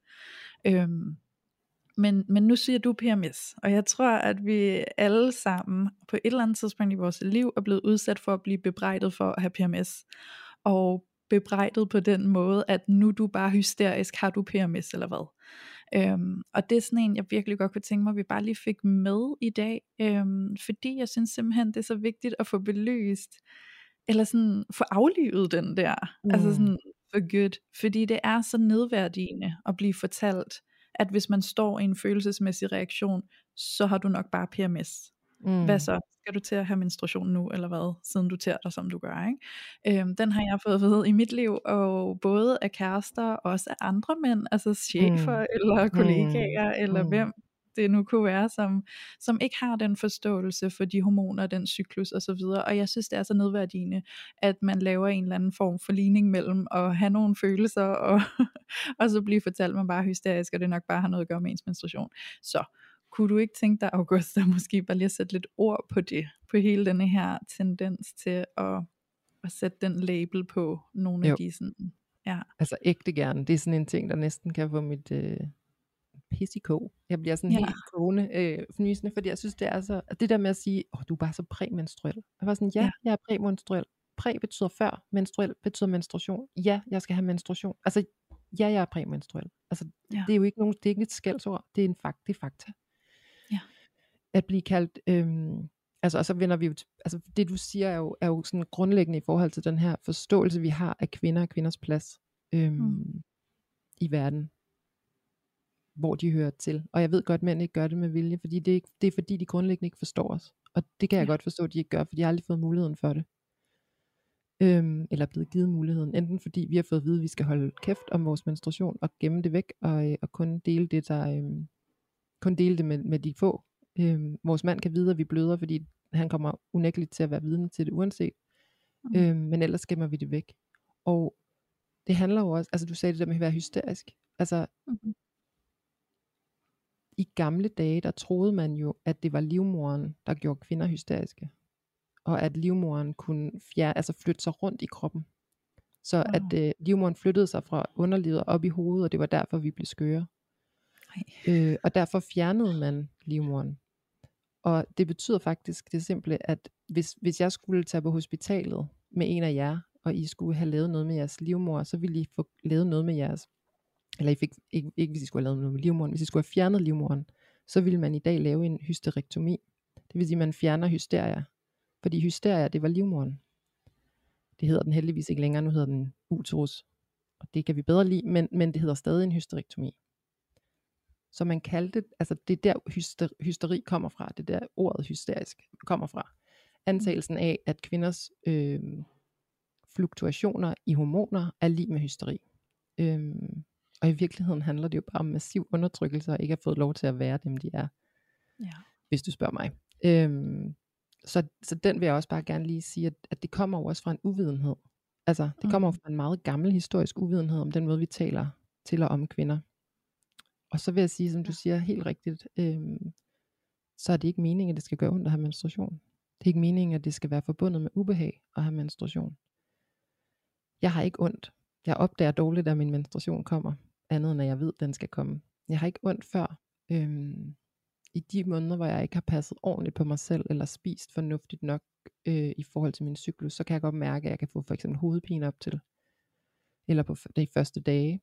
Men nu siger du PMS, og jeg tror, at vi alle sammen på et eller andet tidspunkt i vores liv er blevet udsat for at blive bebrejdet for at have PMS. Og bebrejdet på den måde, at nu er du bare hysterisk, har du PMS eller hvad? Og det er sådan en, jeg virkelig godt kunne tænke mig, at vi bare lige fik med i dag, fordi jeg synes simpelthen, det er så vigtigt at få belyst, eller sådan få aflivet den der, altså sådan for good, fordi det er så nedværdigende at blive fortalt, at hvis man står i en følelsesmæssig reaktion, så har du nok bare PMS. Hvad så? Skal du til at have menstruation nu, eller hvad? Siden du tærer dig, som du gør, ikke? Den har jeg fået at vide i mit liv, og både af kærester, og også af andre mænd, altså chefer, eller kollegaer, eller hvem det nu kunne være, som ikke har den forståelse for de hormoner, den cyklus og så videre. Og jeg synes, det er så nedværdigende, at man laver en eller anden form for ligning mellem at have nogle følelser, og så blive fortalt, at man bare er hysterisk, og det nok bare har noget at gøre med ens menstruation. Så kunne du ikke tænke dig, Augusta, måske bare lige at sætte lidt ord på det, på hele denne her tendens til at sætte den label på nogle af de sådan, ja. Altså ægte gerne, det er sådan en ting, der næsten kan få mit pis i kog. Jeg bliver sådan helt kogende fnysende, fordi jeg synes, det er så, det der med at sige, du er bare så præmenstruel. Jeg var sådan, jeg er præmenstruel. Præ betyder før, menstruel betyder menstruation. Ja, jeg skal have menstruation. Altså, jeg er præmenstruel. Altså, det er jo ikke nogen, det er ikke et skældsord, det er en fakt, det er fakta. Ja. At blive kaldt, altså, og så vender vi jo, altså det du siger er jo sådan grundlæggende i forhold til den her forståelse, vi har af kvinder og kvinders plads i verden, hvor de hører til. Og jeg ved godt, at mænd ikke gør det med vilje, fordi det er fordi, de grundlæggende ikke forstår os. Og det kan jeg godt forstå, at de ikke gør, for de har aldrig fået muligheden for det. Eller blevet givet muligheden, enten fordi vi har fået at vide, at vi skal holde kæft om vores menstruation, og gemme det væk, og kun dele det, kun dele det med de få. Vores mand kan vide, at vi bløder, fordi han kommer unægteligt til at være vidne til det, uanset. Men ellers gemmer vi det væk. Og det handler jo også, altså du sagde det der med at være hysterisk. Altså, i gamle dage, der troede man jo, at det var livmoderen, der gjorde kvinder hysteriske. Og at livmoderen kunne flytte sig rundt i kroppen. Så at livmoderen flyttede sig fra underlivet op i hovedet, og det var derfor, vi blev skøre. Og derfor fjernede man livmoderen. Og det betyder faktisk det simple, at hvis jeg skulle tage på hospitalet med en af jer, og I skulle have lavet noget med jeres livmoder, så ville I få lavet noget med jeres, eller I fik ikke hvis I skulle have lavet noget med livmoderen, hvis I skulle have fjernet livmoderen, så ville man i dag lave en hysterektomi. Det vil sige, at man fjerner hysteria. Fordi hysteria, det var livmoderen. Det hedder den heldigvis ikke længere, nu hedder den uterus. Og det kan vi bedre lide, men det hedder stadig en hysterektomi. Så man kaldte, altså det er der hysteri kommer fra, det der ordet hysterisk kommer fra. Antagelsen af, at kvinders fluktuationer i hormoner er lig med hysteri. Og i virkeligheden handler det jo bare om massiv undertrykkelse, og ikke har fået lov til at være dem, de er. Ja. Hvis du spørger mig. Så den vil jeg også bare gerne lige sige, at det kommer jo også fra en uvidenhed. Altså, det kommer jo fra en meget gammel historisk uvidenhed om den måde, vi taler til og om kvinder. Og så vil jeg sige, som du siger helt rigtigt, så er det ikke meningen, at det skal gøre ondt at have menstruation. Det er ikke meningen, at det skal være forbundet med ubehag at have menstruation. Jeg har ikke ondt. Jeg opdager dårligt, at min menstruation kommer, andet end at jeg ved, at den skal komme. Jeg har ikke ondt før. I de måneder, hvor jeg ikke har passet ordentligt på mig selv, eller spist fornuftigt nok i forhold til min cyklus, så kan jeg godt mærke, at jeg kan få for eksempel hovedpine op til, eller på de første dage.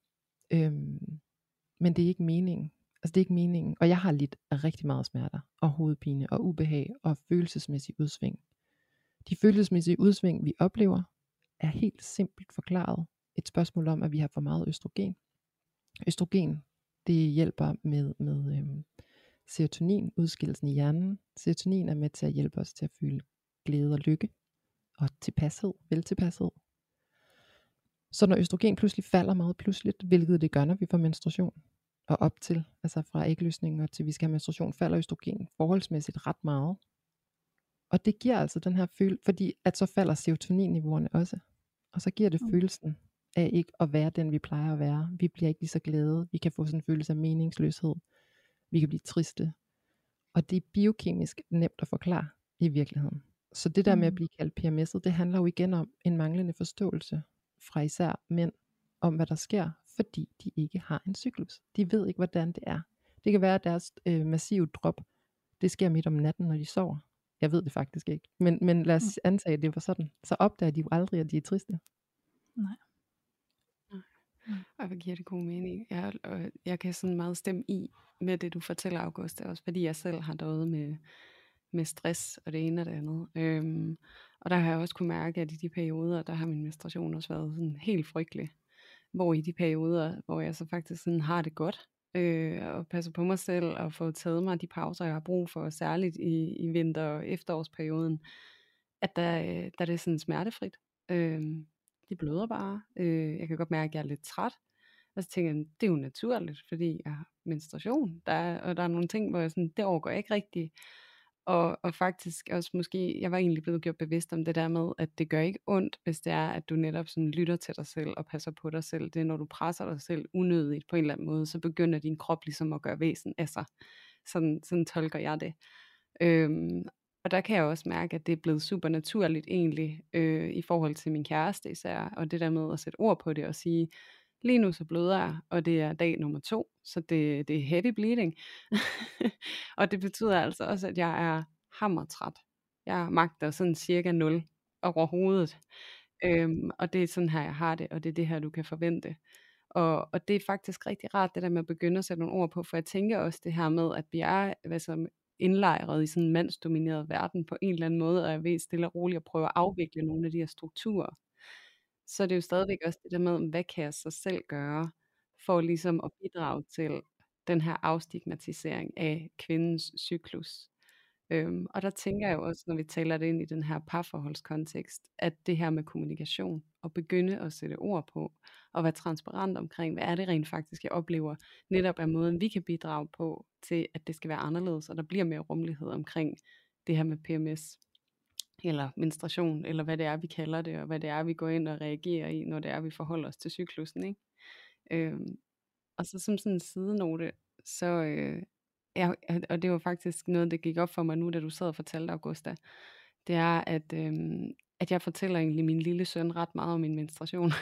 Men det er ikke meningen. Altså det er ikke meningen. Og jeg har lidt af rigtig meget smerter, og hovedpine, og ubehag, og følelsesmæssige udsving. De følelsesmæssige udsving, vi oplever, er helt simpelt forklaret et spørgsmål om, at vi har for meget østrogen. Østrogen, det hjælper med serotonin, udskillelsen i hjernen. Serotonin er med til at hjælpe os til at føle glæde og lykke, og tilpashed, veltilpashed. Så når østrogen pludselig falder meget pludseligt, hvilket det gør, når vi får menstruation, og op til, altså fra ægløsning og til vi skal have menstruation, falder østrogen forholdsmæssigt ret meget. Og det giver altså den her følelse, fordi at så falder serotoninniveauerne også. Og så giver det følelsen af ikke at være den, vi plejer at være. Vi bliver ikke lige så glade. Vi kan få sådan en følelse af meningsløshed. Vi kan blive triste. Og det er biokemisk nemt at forklare i virkeligheden. Så det der med at blive kaldt PMS'et, det handler jo igen om en manglende forståelse fra især mænd, om hvad der sker, fordi de ikke har en cyklus. De ved ikke, hvordan det er. Det kan være, at deres massive drop, det sker midt om natten, når de sover. Jeg ved det faktisk ikke. Men lad os antage, at det var sådan. Så opdager de jo aldrig, at de er triste. Nej. Og hvad giver det god mening? Jeg kan sådan meget stemme i med det, du fortæller, Augusta, også fordi jeg selv har døjet med stress og det ene og det andet. Og der har jeg også kunne mærke, at i de perioder, der har min menstruation også været sådan helt frygtelig. Hvor i de perioder, hvor jeg så faktisk sådan har det godt, og passer på mig selv, og får taget mig de pauser, jeg har brug for, særligt i vinter- og efterårsperioden, at der er det sådan smertefrit. De bløder bare. Jeg kan godt mærke, at jeg er lidt træt. Og så tænker jeg, det er jo naturligt, fordi jeg har menstruation. Der er nogle ting, hvor jeg sådan, det overgår jeg ikke rigtigt. Og faktisk også måske, jeg var egentlig blevet gjort bevidst om det der med, at det gør ikke ondt, hvis det er, at du netop sådan lytter til dig selv og passer på dig selv. Det er, når du presser dig selv unødigt på en eller anden måde, så begynder din krop ligesom at gøre væsen af sig. Sådan tolker jeg det. Og der kan jeg også mærke, at det er blevet super naturligt egentlig, i forhold til min kæreste især, og det der med at sætte ord på det og sige, lige nu så bløder jeg, og det er dag nummer 2, så det er heavy bleeding. Og det betyder altså også, at jeg er hammertræt. Jeg magter sådan cirka 0 overhovedet. Og det er sådan her, jeg har det, og det er det her, du kan forvente. Og det er faktisk rigtig rart, det der med at begynde at sætte nogle ord på, for jeg tænker også det her med, at vi er indlejret i sådan en mandsdomineret verden på en eller anden måde, og jeg ved stille og roligt at prøve at afvikle nogle af de her strukturer. Så det er jo stadigvæk også det der med, hvad kan jeg så selv gøre, for ligesom at bidrage til den her afstigmatisering af kvindens cyklus. Og der tænker jeg jo også, når vi taler det ind i den her parforholdskontekst, at det her med kommunikation, og begynde at sætte ord på, og være transparent omkring, hvad er det rent faktisk, jeg oplever, netop er måden, vi kan bidrage på, til at det skal være anderledes, og der bliver mere rummelighed omkring det her med PMS, eller menstruation, eller hvad det er, vi kalder det, og hvad det er, vi går ind og reagerer i, når det er, vi forholder os til cyklusen, ikke? Og så som sådan en sidenote, så og det var faktisk noget, der gik op for mig nu, da du sad og fortalte, Augusta, det er, at jeg fortæller egentlig min lille søn ret meget om min menstruation.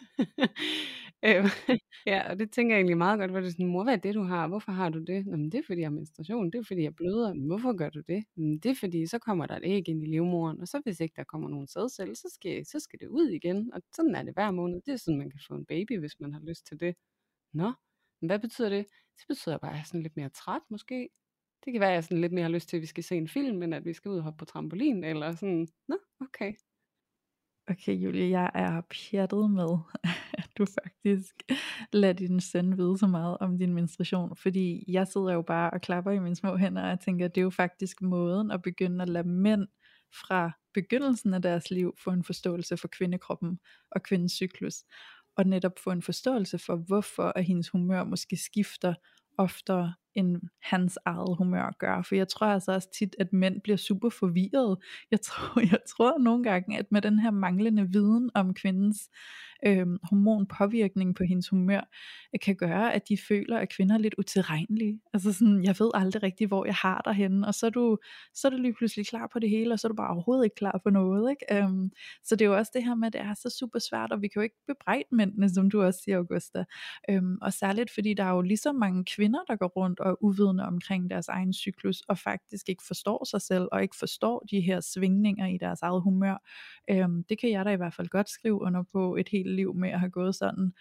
Ja, og det tænker jeg egentlig meget godt, hvor det er sådan, mor, hvad er det, du har? Hvorfor har du det? Nå, men det er, fordi jeg har menstruation. Det er, fordi jeg bløder. Men hvorfor gør du det? Det er, fordi så kommer der et æg ind i livmoderen, og så hvis ikke der kommer nogen sædceller, så skal det ud igen. Og sådan er det hver måned. Det er sådan, man kan få en baby, hvis man har lyst til det. Nå, men hvad betyder det? Det betyder bare, at jeg er sådan lidt mere træt, måske. Det kan være, at jeg sådan lidt mere har lyst til, at vi skal se en film, end at vi skal ud og hoppe på trampolin, eller sådan. Nå, okay. Okay, Julie, jeg er pjattet med, at du faktisk lader din søn vide så meget om din menstruation, fordi jeg sidder jo bare og klapper i mine små hænder, og jeg tænker, at det er jo faktisk måden at begynde at lade mænd fra begyndelsen af deres liv få en forståelse for kvindekroppen og kvindens cyklus, og netop få en forståelse for, hvorfor at hendes humør måske skifter oftere end hans eget humør gør. For jeg tror altså også tit, at mænd bliver super forvirret. Jeg tror nogle gange, at med den her manglende viden om kvindens hormonpåvirkning på hendes humør, kan gøre, at de føler, at kvinder er lidt utilregnelige. Altså sådan, jeg ved aldrig rigtig, hvor jeg har dig henne, og så er du lige pludselig klar på det hele, og så er du bare overhovedet ikke klar på noget. Ikke? Så det er jo også det her med, at det er så super svært, og vi kan jo ikke bebrejde mændene, som du også siger, Augusta. Og særligt fordi der er jo lige så mange kvinder, der går rundt og er uvidende omkring deres egen cyklus, og faktisk ikke forstår sig selv, og ikke forstår de her svingninger i deres eget humør. Det kan jeg da i hvert fald godt skrive under på et helt liv med at have gået sådan.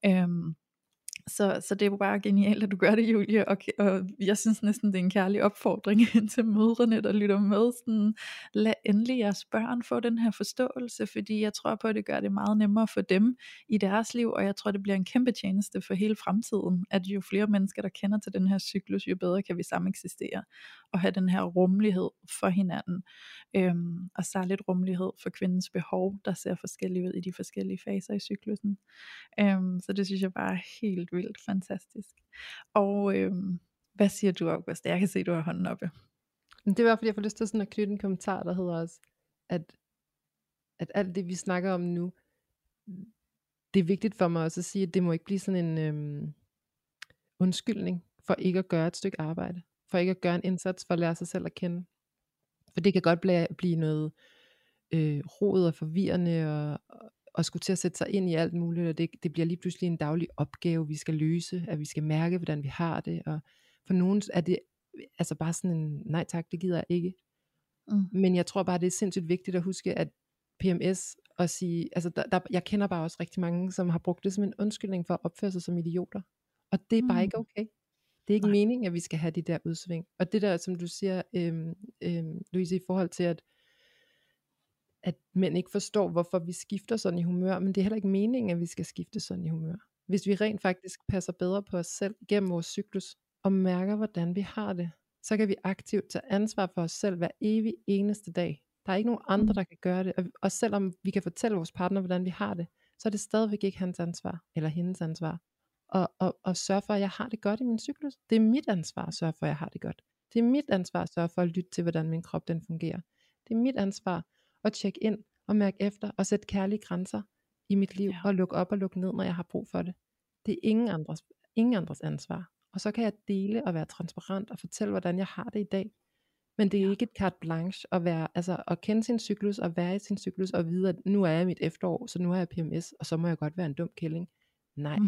Så det er jo bare genialt, at du gør det, Julie, og jeg synes næsten, det er en kærlig opfordring til mødrene, der lytter med. Sådan, lad endelig jeres børn få den her forståelse, fordi jeg tror på, at det gør det meget nemmere for dem i deres liv, og jeg tror, det bliver en kæmpe tjeneste for hele fremtiden, at jo flere mennesker, der kender til den her cyklus, jo bedre kan vi sammen eksistere, og have den her rummelighed for hinanden, og særligt rummelighed for kvindens behov, der ser forskellige ud i de forskellige faser i cyklusen. Så det synes jeg bare er helt vildt fantastisk. Og hvad siger du, Augusta? Jeg kan se, du har hånden oppe. Det var fordi jeg får lyst til sådan at knytte en kommentar, der hedder også, at alt det vi snakker om nu, det er vigtigt for mig også at sige, at det må ikke blive sådan en undskyldning for ikke at gøre et stykke arbejde, for ikke at gøre en indsats for at lære sig selv at kende. For det kan godt blive noget rod og forvirrende, og skulle til at sætte sig ind i alt muligt, og det bliver lige pludselig en daglig opgave, vi skal løse, at vi skal mærke, hvordan vi har det, og for nogen er det altså bare sådan en, nej tak, det gider jeg ikke. Men jeg tror bare, det er sindssygt vigtigt at huske, at PMS, og sige, altså jeg kender bare også rigtig mange, som har brugt det som en undskyldning for at opføre sig som idioter, og det er bare ikke okay. Det er ikke meningen, at vi skal have de der udsving. Og det der, som du siger, Louise, i forhold til, at mænd ikke forstår, hvorfor vi skifter sådan i humør, men det er heller ikke meningen, at vi skal skifte sådan i humør. Hvis vi rent faktisk passer bedre på os selv gennem vores cyklus, og mærker, hvordan vi har det, så kan vi aktivt tage ansvar for os selv hver evig eneste dag. Der er ikke nogen andre, der kan gøre det. Og selvom vi kan fortælle vores partner, hvordan vi har det, så er det stadigvæk ikke hans ansvar, eller hendes ansvar. Og sørge for, at jeg har det godt i min cyklus. Det er mit ansvar at sørge for, at jeg har det godt. Det er mit ansvar at sørge for at lytte til, hvordan min krop den fungerer. Det er mit ansvar at tjekke ind og mærke efter og sætte kærlige grænser i mit liv, og lukke op og lukke ned, når jeg har brug for det. Det er ingen andres ansvar. Og så kan jeg dele og være transparent og fortælle, hvordan jeg har det i dag. Men det er ikke et carte blanche at kende sin cyklus og være i sin cyklus og vide, at nu er jeg i mit efterår, så nu har jeg PMS, og så må jeg godt være en dum kælling. Nej.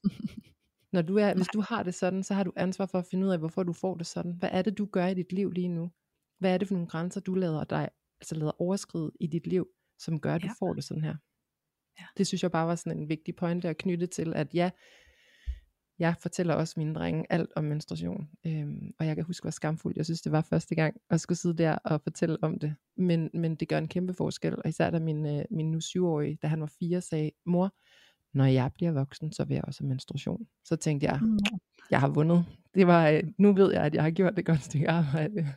Hvis du har det sådan, så har du ansvar for at finde ud af, hvorfor du får det sådan. Hvad er det, du gør i dit liv lige nu? Hvad er det for nogle grænser, du lader overskride i dit liv, som gør, at du får det sådan her? Ja. Det synes jeg bare var sådan en vigtig pointe at knytte til, at jeg fortæller også mine drenge alt om menstruation. Og jeg kan huske, hvor skamfuldt jeg synes, det var første gang at skulle sidde der og fortælle om det. Men det gør en kæmpe forskel. Og især da min nu 7-årige, da han var 4, sagde, mor, når jeg bliver voksen, så vil jeg også have menstruation. Så tænkte jeg, jeg har vundet. Det var, nu ved jeg, at jeg har gjort et godt stykke arbejde.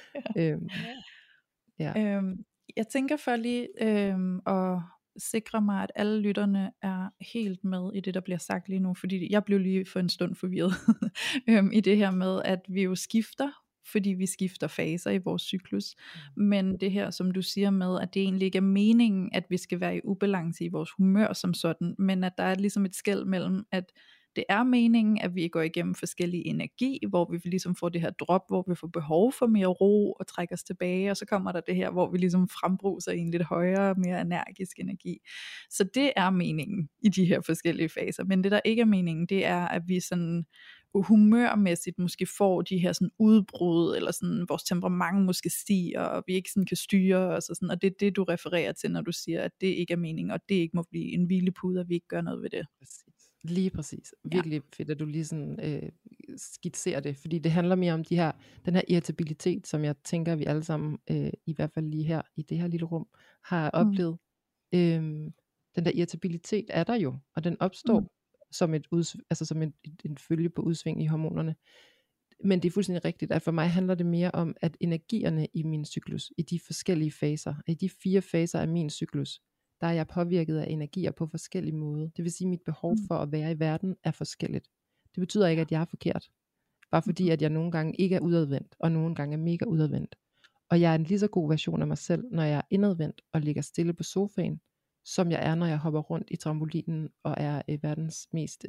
Jeg tænker for lige at sikre mig, at alle lytterne er helt med i det, der bliver sagt lige nu, fordi jeg blev lige for en stund forvirret i det her med, at vi jo skifter, fordi vi skifter faser i vores cyklus, men det her, som du siger med, at det egentlig ikke er meningen, at vi skal være i ubalance i vores humør som sådan, men at der er ligesom et skel mellem, at det er meningen, at vi går igennem forskellige energi, hvor vi ligesom får det her drop, hvor vi får behov for mere ro og trækker os tilbage, og så kommer der det her, hvor vi ligesom frembruser i en lidt højere, mere energisk energi. Så det er meningen i de her forskellige faser, men det der ikke er meningen, det er, at vi sådan humørmæssigt måske får de her sådan udbrud, eller sådan vores temperament måske stiger, og vi ikke sådan kan styre os, og sådan, og det er det, du refererer til, når du siger, at det ikke er meningen, og det ikke må blive en hvilepude, og vi ikke gør noget ved det. Lige præcis. Virkelig fedt, at du lige sådan skitserer det, fordi det handler mere om den her irritabilitet, som jeg tænker, vi alle sammen, i hvert fald lige her, i det her lille rum, har oplevet. Den der irritabilitet er der jo, og den opstår som en følge på udsving i hormonerne. Men det er fuldstændig rigtigt, at for mig handler det mere om, at energierne i min cyklus, i de forskellige faser, i de 4 faser af min cyklus, der er jeg påvirket af energier på forskellige måder. Det vil sige, at mit behov for at være i verden er forskelligt. Det betyder ikke, at jeg er forkert. Bare fordi at jeg nogle gange ikke er udadvendt, og nogle gange er mega udadvendt. Og jeg er en lige så god version af mig selv, når jeg er indadvendt og ligger stille på sofaen, som jeg er, når jeg hopper rundt i trampolinen og er verdens mest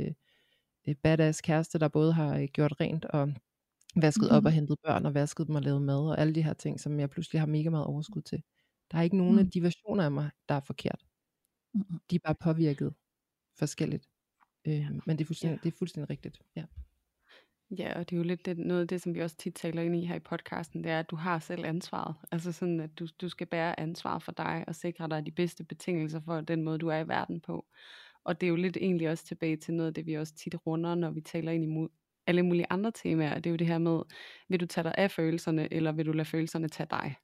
badass kæreste, der både har gjort rent og vasket op og hentet børn og vasket dem og lavet mad og alle de her ting, som jeg pludselig har mega meget overskud til. Der er ikke nogen af de versioner af mig, der er forkert. De er bare påvirket forskelligt. Men det er fuldstændig rigtigt. Ja. Ja, og det er jo lidt noget af det, som vi også tit taler ind i her i podcasten, det er, at du har selv ansvaret. Altså sådan, at du skal bære ansvar for dig og sikre dig de bedste betingelser for den måde, du er i verden på. Og det er jo lidt egentlig også tilbage til noget af det, vi også tit runder, når vi taler ind i alle mulige andre temaer. Det er jo det her med, vil du tage dig af følelserne, eller vil du lade følelserne tage dig?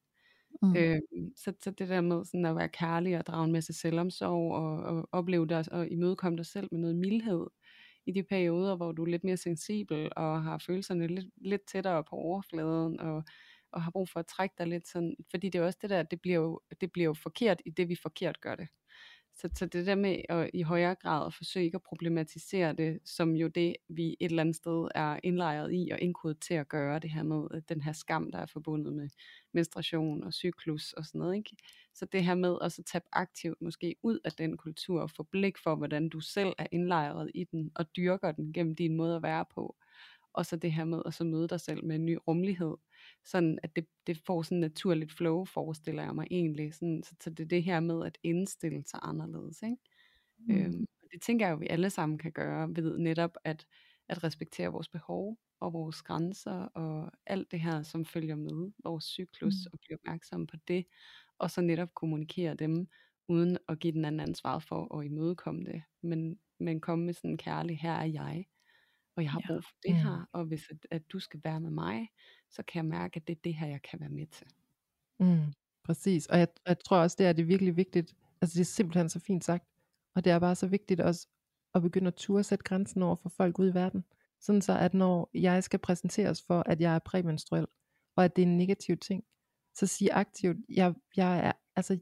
Så det der med sådan at være kærlig og drage en masse selvomsorg og opleve dig og imødekomme dig selv med noget mildhed i de perioder, hvor du er lidt mere sensibel og har følelserne lidt tættere på overfladen og har brug for at trække dig lidt sådan, fordi det er også det der, det bliver jo forkert i det, vi forkert gør det. Så det der med at i højere grad at forsøge ikke at problematisere det, som jo det, vi et eller andet sted er indlejret i og indkodet til at gøre, det her med den her skam, der er forbundet med menstruation og cyklus og sådan noget, ikke? Så det her med at så tage aktivt måske ud af den kultur og få blik for, hvordan du selv er indlejret i den og dyrker den gennem din måde at være på. Og så det her med at så møde dig selv med en ny rummelighed, sådan at det får sådan et naturligt flow, forestiller jeg mig egentlig, sådan, så det er det her med at indstille sig anderledes, ikke? Det tænker jeg jo, vi alle sammen kan gøre, ved netop at respektere vores behov og vores grænser og alt det her, som følger med vores cyklus, og blive opmærksomme på det, og så netop kommunikere dem, uden at give den anden ansvaret for at imødekomme det, men komme med sådan en kærlig, her er jeg, og jeg har brug for det her, og hvis at du skal være med mig, så kan jeg mærke, at det er det her, jeg kan være med til. Præcis, og jeg tror også, det er virkelig vigtigt, altså det er simpelthen så fint sagt, og det er bare så vigtigt også, at begynde at turde sætte grænsen over for folk ude i verden, sådan så at når jeg skal præsenteres for, at jeg er præmenstruel, og at det er en negativ ting, så sige aktivt, jeg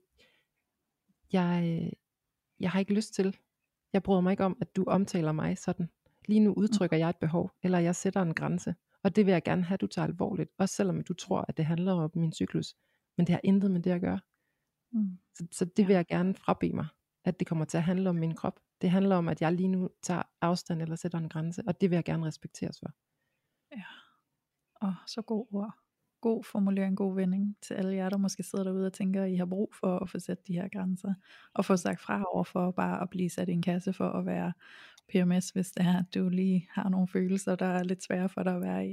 har ikke lyst til, jeg bryder mig ikke om, at du omtaler mig sådan. Lige nu udtrykker jeg et behov, eller jeg sætter en grænse, og det vil jeg gerne have, at du tager alvorligt, også selvom du tror, at det handler om min cyklus, men det har intet med det at gøre. Så det vil jeg gerne frabede mig, at det kommer til at handle om min krop. Det handler om, at jeg lige nu tager afstand, eller sætter en grænse, og det vil jeg gerne respekteres for. Ja, så god ord. God formulering, god vending til alle jer, der måske sidder derude og tænker, at I har brug for at få sat de her grænser, og få sagt fra over for bare at blive sat i en kasse for at være PMS, hvis det er, at du lige har nogle følelser, der er lidt svære for dig at være i.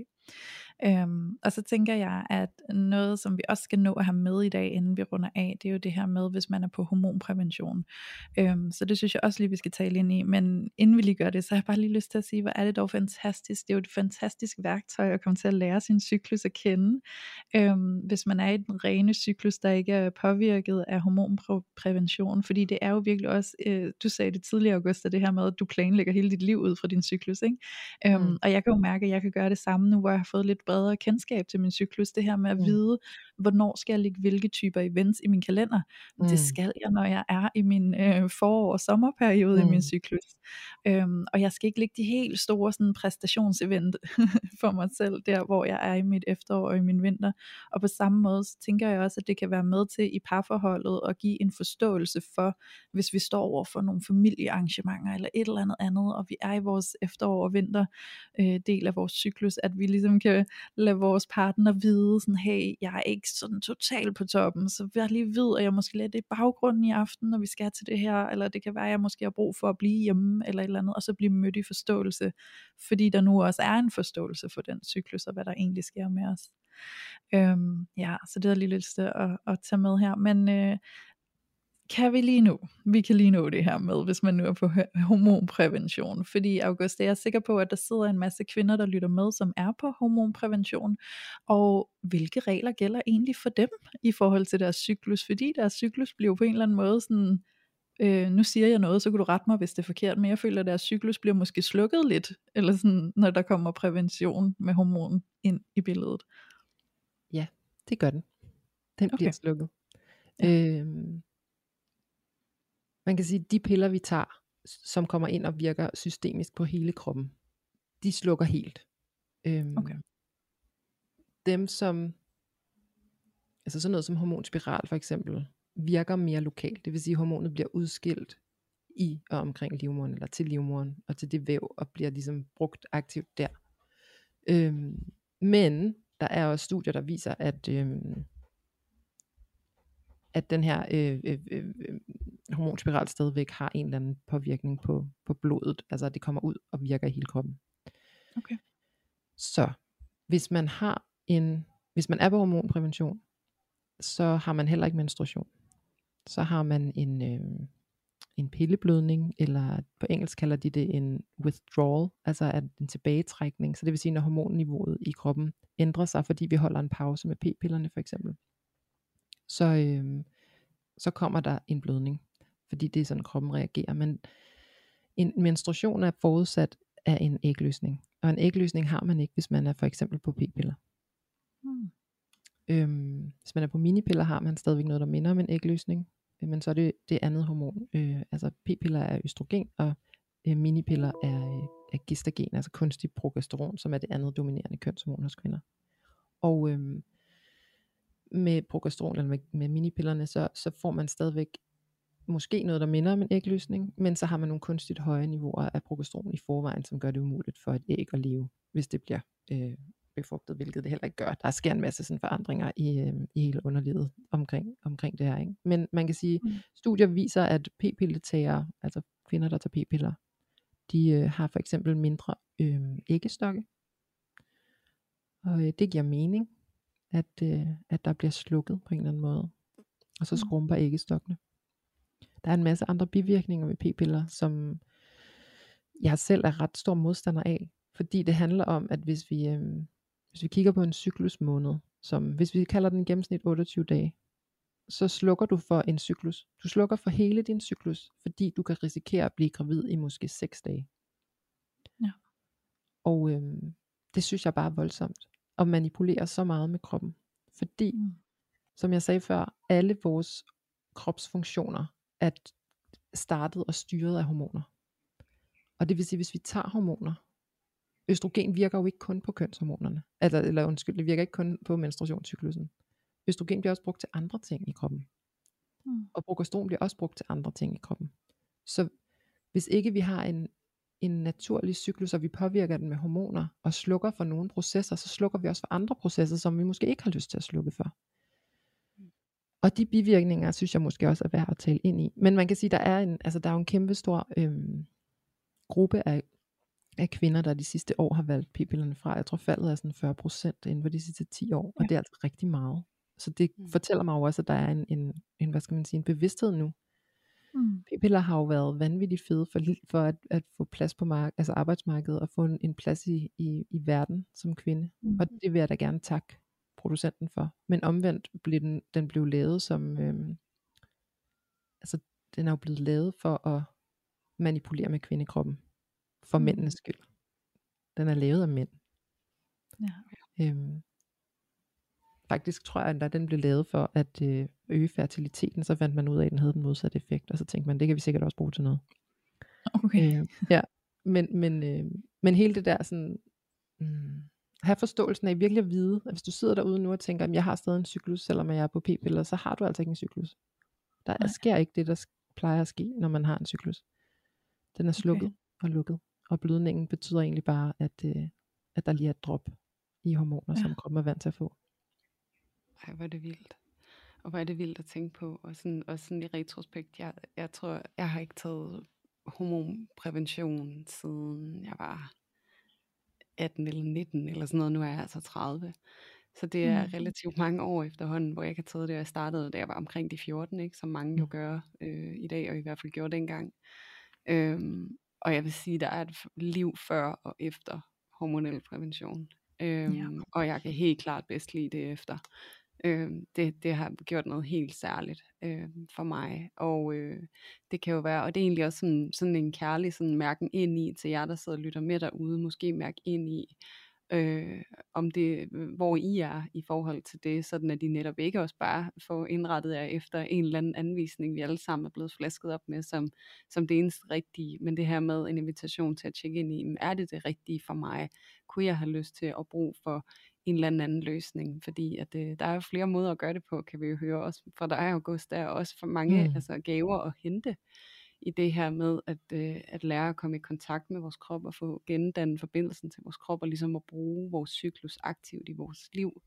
Og så tænker jeg, at noget, som vi også skal nå at have med i dag, inden vi runder af, det er jo det her med, hvis man er på hormonprævention. Så det synes jeg også lige, vi skal tale ind i, men inden vi lige gør det, så har jeg bare lige lyst til at sige, hvor er det dog fantastisk. Det er jo et fantastisk værktøj at komme til at lære sin cyklus at kende. Hvis man er i den rene cyklus, der ikke er påvirket af hormonprævention, fordi det er jo virkelig også, du sagde det tidligere, Augusta, det her med, at du planlægger hele dit liv ud fra din cyklus, ikke? Og jeg kan jo mærke, at jeg kan gøre det samme nu, hvor jeg har fået lidt bredere kendskab til min cyklus, det her med at vide, hvornår skal jeg lægge hvilke typer events i min kalender. Det skal jeg, når jeg er i min forår- og sommerperiode i min cyklus. Og jeg skal ikke lægge de helt store sådan, præstationsevent for mig selv, der hvor jeg er i mit efterår og i min vinter. Og på samme måde, så tænker jeg også, at det kan være med til i parforholdet at give en forståelse for, hvis vi står over for nogle familiearrangementer eller et eller andet, og vi er i vores efterår og vinter del af vores cyklus, at vi ligesom kan lade vores partner vide, sådan, hey, jeg er ikke sådan totalt på toppen, så jeg lige ved, at jeg måske lader det i baggrunden i aften, når vi skal til det her, eller det kan være, at jeg måske har brug for at blive hjemme, eller et eller andet, og så blive mødt i forståelse, fordi der nu også er en forståelse for den cyklus, og hvad der egentlig sker med os. Så det er lige lyst til at tage med her, men kan vi lige nu? Vi kan lige nå det her med, hvis man nu er på hormonprævention. Fordi Augusta, jeg er sikker på, at der sidder en masse kvinder, der lytter med, som er på hormonprævention. Og hvilke regler gælder egentlig for dem i forhold til deres cyklus? Fordi deres cyklus bliver på en eller anden måde sådan, nu siger jeg noget, så kan du rette mig, hvis det er forkert, men jeg føler, at deres cyklus bliver måske slukket lidt, eller sådan, når der kommer prævention med hormon ind i billedet. Ja, det gør den. Den bliver slukket. Ja. Man kan sige, at de piller, vi tager, som kommer ind og virker systemisk på hele kroppen, de slukker helt. Okay. Dem som, altså sådan noget som hormonspiral for eksempel, virker mere lokalt. Det vil sige, at hormonet bliver udskilt i og omkring livmoderen, eller til livmoderen, og til det væv, og bliver ligesom brugt aktivt der. Men der er også studier, der viser, at den her hormonspiral stadigvæk har en eller anden påvirkning på blodet, altså at det kommer ud og virker i hele kroppen. Okay. Så hvis man er på hormonprævention, så har man heller ikke menstruation. Så har man en pilleblødning, eller på engelsk kalder de det en withdrawal, altså en tilbagetrækning. Så det vil sige, når hormonniveauet i kroppen ændrer sig, fordi vi holder en pause med p-pillerne for eksempel, så kommer der en blødning, fordi det er sådan, kroppen reagerer. Men en menstruation er forudsat af en ægløsning, og en ægløsning har man ikke, hvis man er for eksempel på p-piller. Hvis man er på minipiller, har man stadigvæk noget, der minder om en ægløsning, men så er det andet hormon. Altså p-piller er østrogen, og minipiller er gestagen, altså kunstig progesteron, som er det andet dominerende kønshormon hos kvinder. Og med progesteron, eller med minipillerne, så får man stadigvæk måske noget, der minder om en ægløsning, men så har man nogle kunstigt høje niveauer af progesteron i forvejen, som gør det umuligt for et æg at leve, hvis det bliver befrugtet, hvilket det heller ikke gør. Der sker en masse sådan forandringer i hele underlivet omkring det her. Ikke? Men man kan sige, studier viser, at p-pilletagere, altså kvinder, der tager p-piller, de har for eksempel mindre æggestokke. Og det giver mening, at der bliver slukket på en eller anden måde. Og så skrumper æggestokkene. Der er en masse andre bivirkninger ved p-piller, som jeg selv er ret stor modstander af. Fordi det handler om, at hvis vi kigger på en cyklusmåned, som hvis vi kalder den gennemsnit 28 dage, så slukker du for en cyklus. Du slukker for hele din cyklus, fordi du kan risikere at blive gravid i måske 6 dage. Ja. Og det synes jeg bare er voldsomt. At manipulere så meget med kroppen. Fordi, som jeg sagde før, alle vores kropsfunktioner er startet og styret af hormoner. Og det vil sige, hvis vi tager hormoner, østrogen virker jo ikke kun på kønshormonerne. Det virker ikke kun på menstruationscyklusen. Østrogen bliver også brugt til andre ting i kroppen. Og progesteron bliver også brugt til andre ting i kroppen. Så hvis ikke vi har en naturlig cyklus, og vi påvirker den med hormoner, og slukker for nogle processer, så slukker vi også for andre processer, som vi måske ikke har lyst til at slukke for. Og de bivirkninger, synes jeg måske også er værd at tale ind i. Men man kan sige, der er jo en kæmpe stor gruppe af kvinder, der de sidste år har valgt p-pillerne fra. Jeg tror faldet er sådan 40% inden for de sidste 10 år, og det er altså rigtig meget. Så det fortæller mig jo også, at der er en hvad skal man sige, en bevidsthed nu. P-piller har jo været vanvittigt fede for at få plads på arbejdsmarkedet, og få en plads i verden som kvinde. Og det vil jeg da gerne takke producenten for. Men omvendt blev den blev lavet som den er jo blevet lavet for at manipulere med kvindekroppen for mændenes skyld. Den er lavet af mænd. Ja. Faktisk tror jeg, at den blev lavet for at øge fertiliteten, så fandt man ud af, at den havde den modsatte effekt, og så tænkte man, det kan vi sikkert også bruge til noget. Okay. Ja, men hele det der sådan, have forståelsen af virkelig at vide, at hvis du sidder derude nu og tænker, at jeg har stadig en cyklus, selvom jeg er på p-piller, så har du altså ikke en cyklus. Der sker ikke det, der plejer at ske, når man har en cyklus. Den er slukket og lukket, og blødningen betyder egentlig bare, at der lige er et drop i hormoner, som kroppen er vant til at få. Ej, hvor er det vildt. Og hvor er det vildt at tænke på. Og sådan i retrospekt, jeg tror, jeg har ikke taget hormonprævention siden jeg var 18 eller 19 eller sådan noget. Nu er jeg altså 30. Så det er relativt mange år efterhånden, hvor jeg ikke har taget det. Og jeg startede, da jeg var omkring de 14, ikke? Som mange jo gør i dag, og i hvert fald gjorde dengang. Og jeg vil sige, der er et liv før og efter hormonel prævention. Og jeg kan helt klart bedst lide det efter. Det har gjort noget helt særligt for mig. Og det kan jo være, og det er egentlig også sådan en kærlig sådan mærken ind i til jer, der sidder og lytter med derude, måske mærke ind i, om det, hvor I er i forhold til det, sådan at I netop ikke også bare får indrettet jer efter en eller anden anvisning, vi alle sammen er blevet flasket op med, som det eneste rigtige, men det her med en invitation til at tjekke ind i, er det rigtige for mig? Kunne jeg have lyst til at bruge for en eller anden løsning? Fordi at, der er jo flere måder at gøre det på, kan vi jo høre også fra dig, August, der er også for mange gaver at hente i det her med at lære at komme i kontakt med vores krop og få gendannet forbindelsen til vores krop og ligesom at bruge vores cyklus aktivt i vores liv.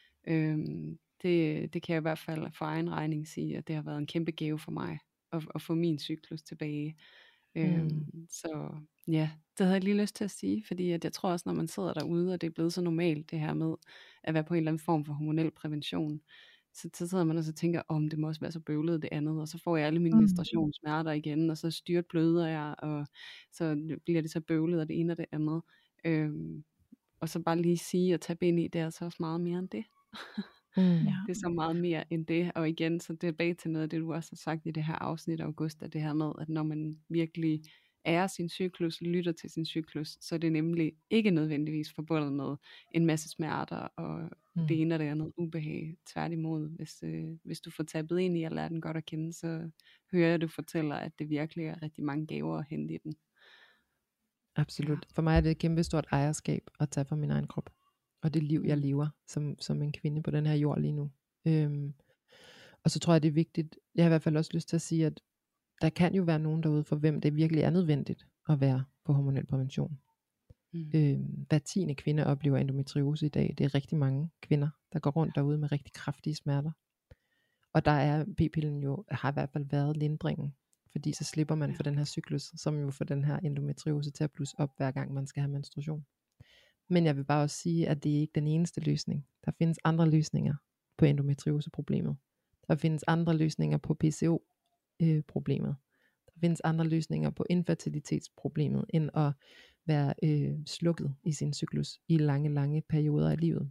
Det kan jeg i hvert fald for egen regning sige, at det har været en kæmpe gave for mig at få min cyklus tilbage. Så ja, det havde jeg lige lyst til at sige, fordi at jeg tror også, når man sidder derude, og det er blevet så normalt det her med at være på en eller anden form for hormonel prævention, så sidder man og så tænker, om det må også være så bøvlet det andet, og så får jeg alle mine menstruationssmerter igen, og så styrt bløder jeg, og så bliver det så bøvlet og det ene og det andet. Og så bare lige sige og tage ind i, det er altså også meget mere end det. Det er så meget mere end det, og igen, så tilbage til noget af det, du også har sagt i det her afsnit, August, det her med, at når man virkelig ærer sin cyklus, lytter til sin cyklus, så er det nemlig ikke nødvendigvis forbundet med en masse smerter og det ene og det andet ubehag. Tværtimod, hvis du får tappet ind i at lære den godt at kende, så hører jeg, du fortæller, at det virkelig er rigtig mange gaver at hente i den. Absolut. For mig er det et kæmpe stort ejerskab at tage for min egen krop. Og det liv, jeg lever som en kvinde på den her jord lige nu. Og så tror jeg, det er vigtigt, jeg har i hvert fald også lyst til at sige, at der kan jo være nogen derude, for hvem det virkelig er nødvendigt at være på hormonel prævention. Hver 10. kvinde oplever endometriose i dag. Det er rigtig mange kvinder, der går rundt derude med rigtig kraftige smerter. Og der er p-pillen jo, har i hvert fald været lindringen. Fordi så slipper man for den her cyklus, som jo får den her endometriose til at blusse op, hver gang man skal have menstruation. Men jeg vil bare også sige, at det er ikke den eneste løsning. Der findes andre løsninger på endometrioseproblemet. Der findes andre løsninger på PCO-problemet. Der findes andre løsninger på infertilitetsproblemet, end at være slukket i sin cyklus i lange perioder af livet.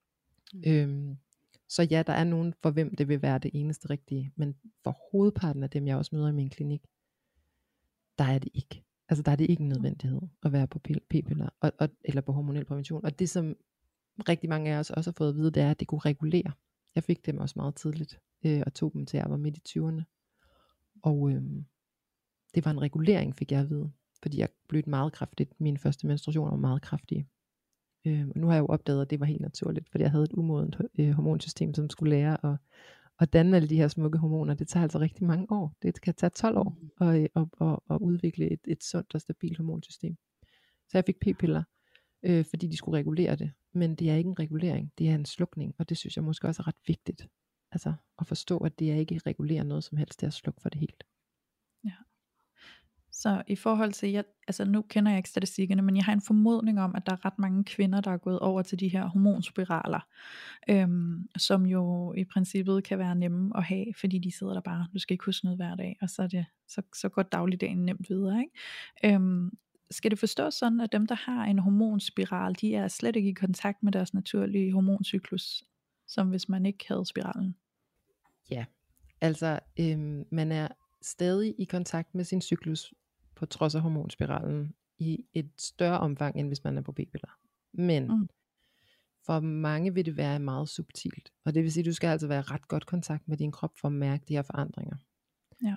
Så ja, der er nogen, for hvem det vil være det eneste rigtige. Men for hovedparten af dem, jeg også møder i min klinik, der er det ikke. Altså der er det ikke en nødvendighed at være på p-piller eller på hormonel prævention. Og det som rigtig mange af os også har fået at vide, det er, at det kunne regulere. Jeg fik dem også meget tidligt, og tog dem til jeg var midt i 20'erne. Og det var en regulering, fik jeg at vide. Fordi jeg blødte meget kraftigt. Mine første menstruationer var meget kraftige. Og nu har jeg jo opdaget, at det var helt naturligt, fordi jeg havde et umodent hormonsystem, som skulle lære at danne alle de her smukke hormoner. Det tager altså rigtig mange år. Det kan tage 12 år at udvikle et sundt og stabilt hormonsystem. Så jeg fik p-piller, fordi de skulle regulere det. Men det er ikke en regulering, det er en slukning. Og det synes jeg måske også er ret vigtigt. Altså at forstå, at det er ikke regulerer noget som helst, det er at slukke for det helt. Ja. Så i forhold til, altså nu kender jeg ikke statistikkerne, men jeg har en formodning om, at der er ret mange kvinder, der er gået over til de her hormonspiraler, som jo i princippet kan være nemme at have, fordi de sidder der bare, du skal ikke huske noget hver dag, og så går dagligdagen nemt videre, ikke? Skal det forstås sådan, at dem, der har en hormonspiral, de er slet ikke i kontakt med deres naturlige hormoncyklus, som hvis man ikke havde spiralen? Ja, altså man er stadig i kontakt med sin cyklus, på trods af hormonspiralen, i et større omfang, end hvis man er på p-piller. Men for mange vil det være meget subtilt. Og det vil sige, at du skal altså være i ret godt kontakt med din krop, for at mærke de her forandringer. Ja.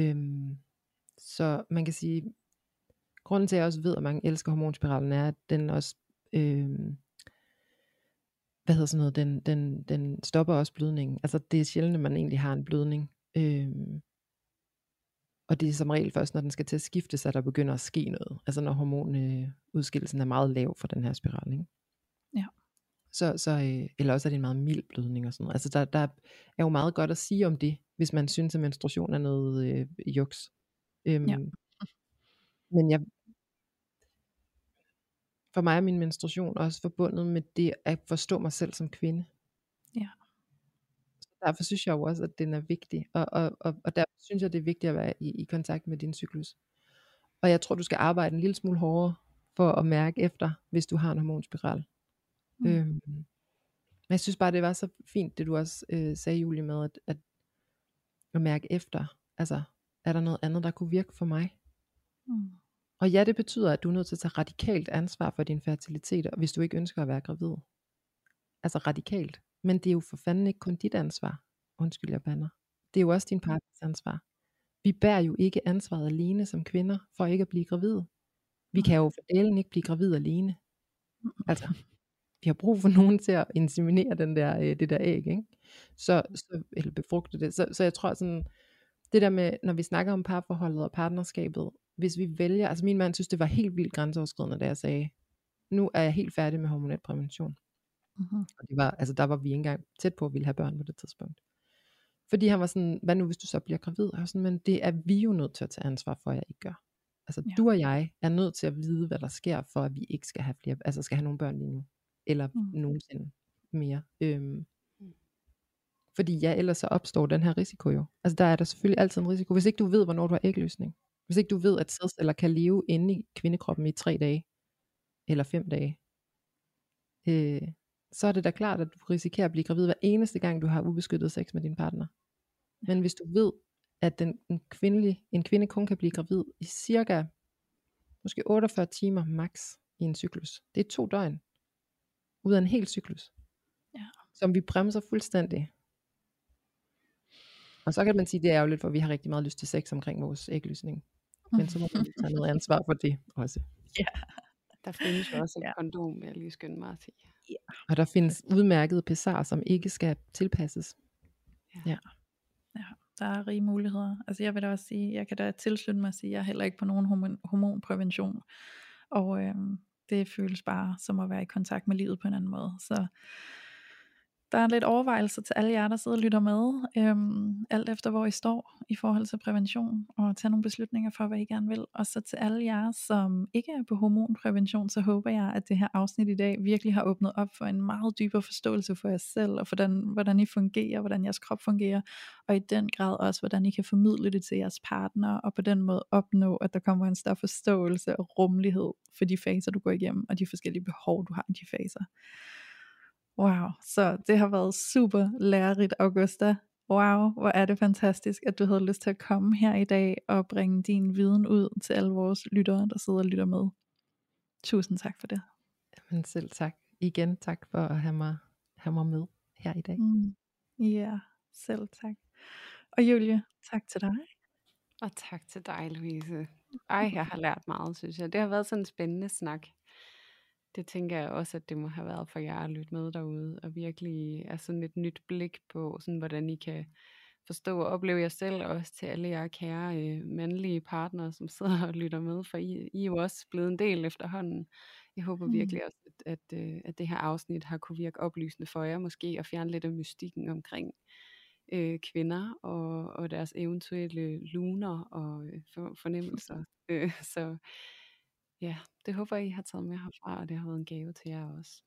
Så man kan sige, grunden til at jeg også ved, at mange elsker hormonspiralen, er, at den også, den stopper også blødningen. Altså det er sjældent, at man egentlig har en blødning. Og det er som regel først, når den skal til at skifte sig, der begynder at ske noget. Altså når hormonudskillelsen er meget lav for den her spiral, ikke? Ja. Eller også er det en meget mild blødning og sådan noget. Altså der er jo meget godt at sige om det, hvis man synes, at menstruation er noget juks. Ja. Men for mig er min menstruation også forbundet med det at forstå mig selv som kvinde. Ja. Derfor synes jeg jo også, at den er vigtig, og derfor synes jeg, det er vigtigt at være i kontakt med din cyklus. Og jeg tror, du skal arbejde en lille smule hårdere, for at mærke efter, hvis du har en hormonspiral. Men jeg synes bare, det var så fint, det du også sagde, Julie, med at mærke efter. Altså, er der noget andet, der kunne virke for mig? Og ja, det betyder, at du er nødt til at tage radikalt ansvar for din fertilitet, hvis du ikke ønsker at være gravid. Altså radikalt. Men det er jo for fanden ikke kun dit ansvar. Undskyld, jeg bander. Det er jo også din partners ansvar. Vi bærer jo ikke ansvaret alene som kvinder, for ikke at blive gravide. Vi kan jo for delen ikke blive gravide alene. Altså, vi har brug for nogen til at inseminere det der æg, ikke? Eller befrugte det. Så jeg tror sådan, det der med, når vi snakker om parforholdet og partnerskabet, hvis vi vælger, altså min mand synes, det var helt vildt grænseoverskridende, da jeg sagde, nu er jeg helt færdig med hormonel prævention. Og det var, altså der var vi ikke engang tæt på at ville have børn på det tidspunkt. Fordi han var sådan, hvad nu hvis du så bliver gravid? Og jeg var sådan, men det er vi jo nødt til at tage ansvar for, at jeg ikke gør. Altså du og jeg er nødt til at vide, hvad der sker, for at vi ikke skal have flere, altså skal have nogle børn lige nu. Eller nogensinde mere. Fordi ja, ellers så opstår den her risiko jo. Altså der er der selvfølgelig altid en risiko. Hvis ikke du ved, hvornår du har ægløsning. Hvis ikke du ved, at sædceller kan leve inde i kvindekroppen i 3 dage. Eller 5 dage. Så er det da klart, at du risikerer at blive gravid hver eneste gang, du har ubeskyttet sex med din partner. Men hvis du ved, at en kvinde kun kan blive gravid i cirka, måske 48 timer max i en cyklus. Det er 2 døgn. Ud af en hel cyklus. Ja. Som vi bremser fuldstændig. Og så kan man sige, det er jo lidt, for vi har rigtig meget lyst til sex omkring vores ægløsning. Men så må man tage noget ansvar for det også. Ja. Der findes jo også et kondom, vil jeg lige skynde mig at sige. Ja. Og der findes udmærkede pessarer, som ikke skal tilpasses. Ja. Der er rige muligheder. Altså jeg vil da også sige, jeg kan da tilslutte mig at sige, at jeg er heller ikke på nogen hormonprævention. Og det føles bare som at være i kontakt med livet på en anden måde. Så der er lidt overvejelser til alle jer, der sidder og lytter med, alt efter hvor I står i forhold til prævention, og tage nogle beslutninger for, hvad I gerne vil. Og så til alle jer, som ikke er på hormonprævention, så håber jeg, at det her afsnit i dag virkelig har åbnet op for en meget dybere forståelse for jer selv, og for hvordan I fungerer, hvordan jeres krop fungerer, og i den grad også, hvordan I kan formidle det til jeres partner, og på den måde opnå, at der kommer en større forståelse og rummelighed for de faser, du går igennem, og de forskellige behov, du har i de faser. Wow, så det har været super lærerigt, Augusta. Wow, hvor er det fantastisk, at du havde lyst til at komme her i dag og bringe din viden ud til alle vores lyttere, der sidder og lytter med. Tusind tak for det. Jamen selv tak. Igen tak for at have mig med her i dag. Ja, selv tak. Og Julie, tak til dig. Og tak til dig, Louise. Jeg har lært meget, synes jeg. Det har været sådan en spændende snak. Det tænker jeg også, at det må have været for jer at lytte med derude, og virkelig er sådan et nyt blik på, sådan, hvordan I kan forstå og opleve jer selv, og også til alle jer kære mandlige partnere, som sidder og lytter med, for I er jo også blevet en del efterhånden. Jeg håber virkelig også, at det her afsnit har kunne virke oplysende for jer, måske at fjerne lidt af mystikken omkring kvinder og deres eventuelle luner og fornemmelser. Så ja, det håber I har taget med herfra, og det har været en gave til jer også.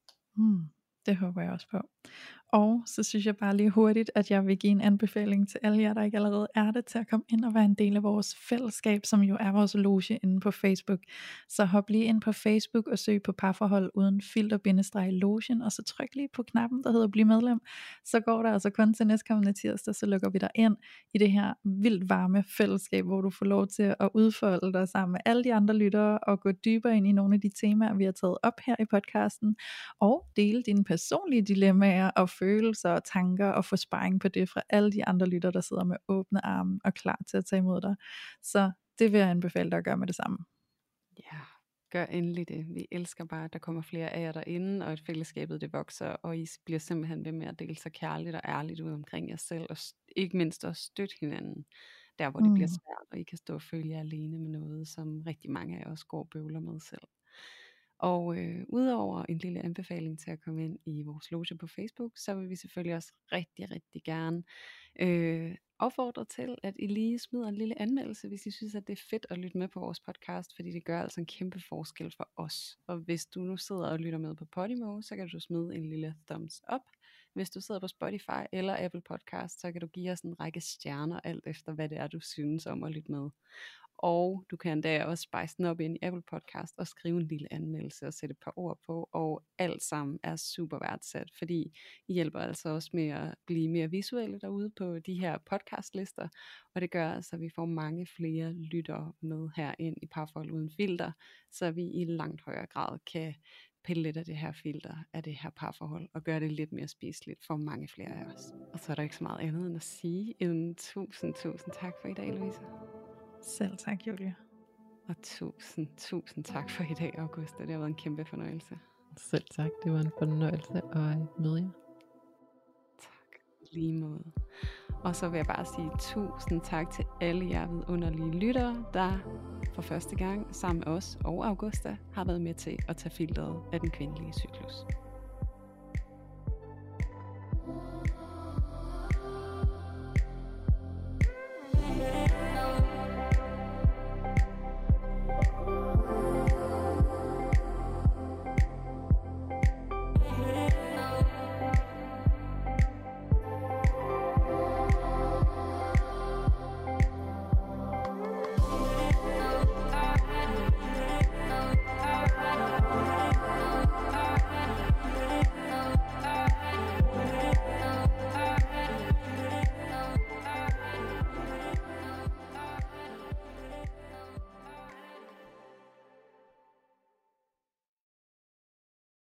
Det håber jeg også på. Og så synes jeg bare lige hurtigt, at jeg vil give en anbefaling til alle jer, der ikke allerede er det, til at komme ind og være en del af vores fællesskab, som jo er vores loge inde på Facebook. Så hop lige ind på Facebook og søg på parforhold uden filter-logen, og så tryk lige på knappen, der hedder bliv medlem. Så går der altså kun til næstkommende tirsdag, så lukker vi dig ind i det her vildt varme fællesskab, hvor du får lov til at udfolde dig sammen med alle de andre lyttere, og gå dybere ind i nogle af de temaer, vi har taget op her i podcasten, og dele dine personlige dilemmaer og følelser og tanker, og få sparring på det fra alle de andre lyttere, der sidder med åbne arme og klar til at tage imod dig. Så det vil jeg anbefale dig at gøre med det samme. Ja, gør endelig det. Vi elsker bare, at der kommer flere af jer derinde, og at fællesskabet det vokser, og I bliver simpelthen ved med at dele så kærligt og ærligt ud omkring jer selv, og ikke mindst også støtte hinanden, der hvor det bliver svært, og I kan stå og føle jer alene med noget, som rigtig mange af jer også går og bøvler med selv. Og udover en lille anbefaling til at komme ind i vores loge på Facebook, så vil vi selvfølgelig også rigtig, rigtig gerne opfordre til, at I lige smider en lille anmeldelse, hvis I synes, at det er fedt at lytte med på vores podcast, fordi det gør altså en kæmpe forskel for os. Og hvis du nu sidder og lytter med på Podimo, så kan du smide en lille thumbs up. Hvis du sidder på Spotify eller Apple Podcast, så kan du give os en række stjerner, alt efter hvad det er, du synes om at lytte med. Og du kan endda også spice den op ind i Apple Podcast og skrive en lille anmeldelse og sætte et par ord på, og alt sammen er super værdsat, fordi I hjælper altså også med at blive mere visuelle derude på de her podcastlister, og det gør altså, at vi får mange flere lyttere med her ind i Parforhold Uden Filter, så vi i langt højere grad kan pille lidt af det her filter, af det her parforhold, og gøre det lidt mere spiseligt for mange flere af os. Og så er der ikke så meget andet end at sige en tusind tak for i dag, Louise. Selv tak, Julie. Og tusind tak for i dag, Augusta. Det har været en kæmpe fornøjelse. Selv tak, det var en fornøjelse at møde jer. Tak, lige måde. Og så vil jeg bare sige tusind tak til alle jer vidunderlige lyttere, der for første gang sammen med os og Augusta har været med til at tage filteret af den kvindelige cyklus.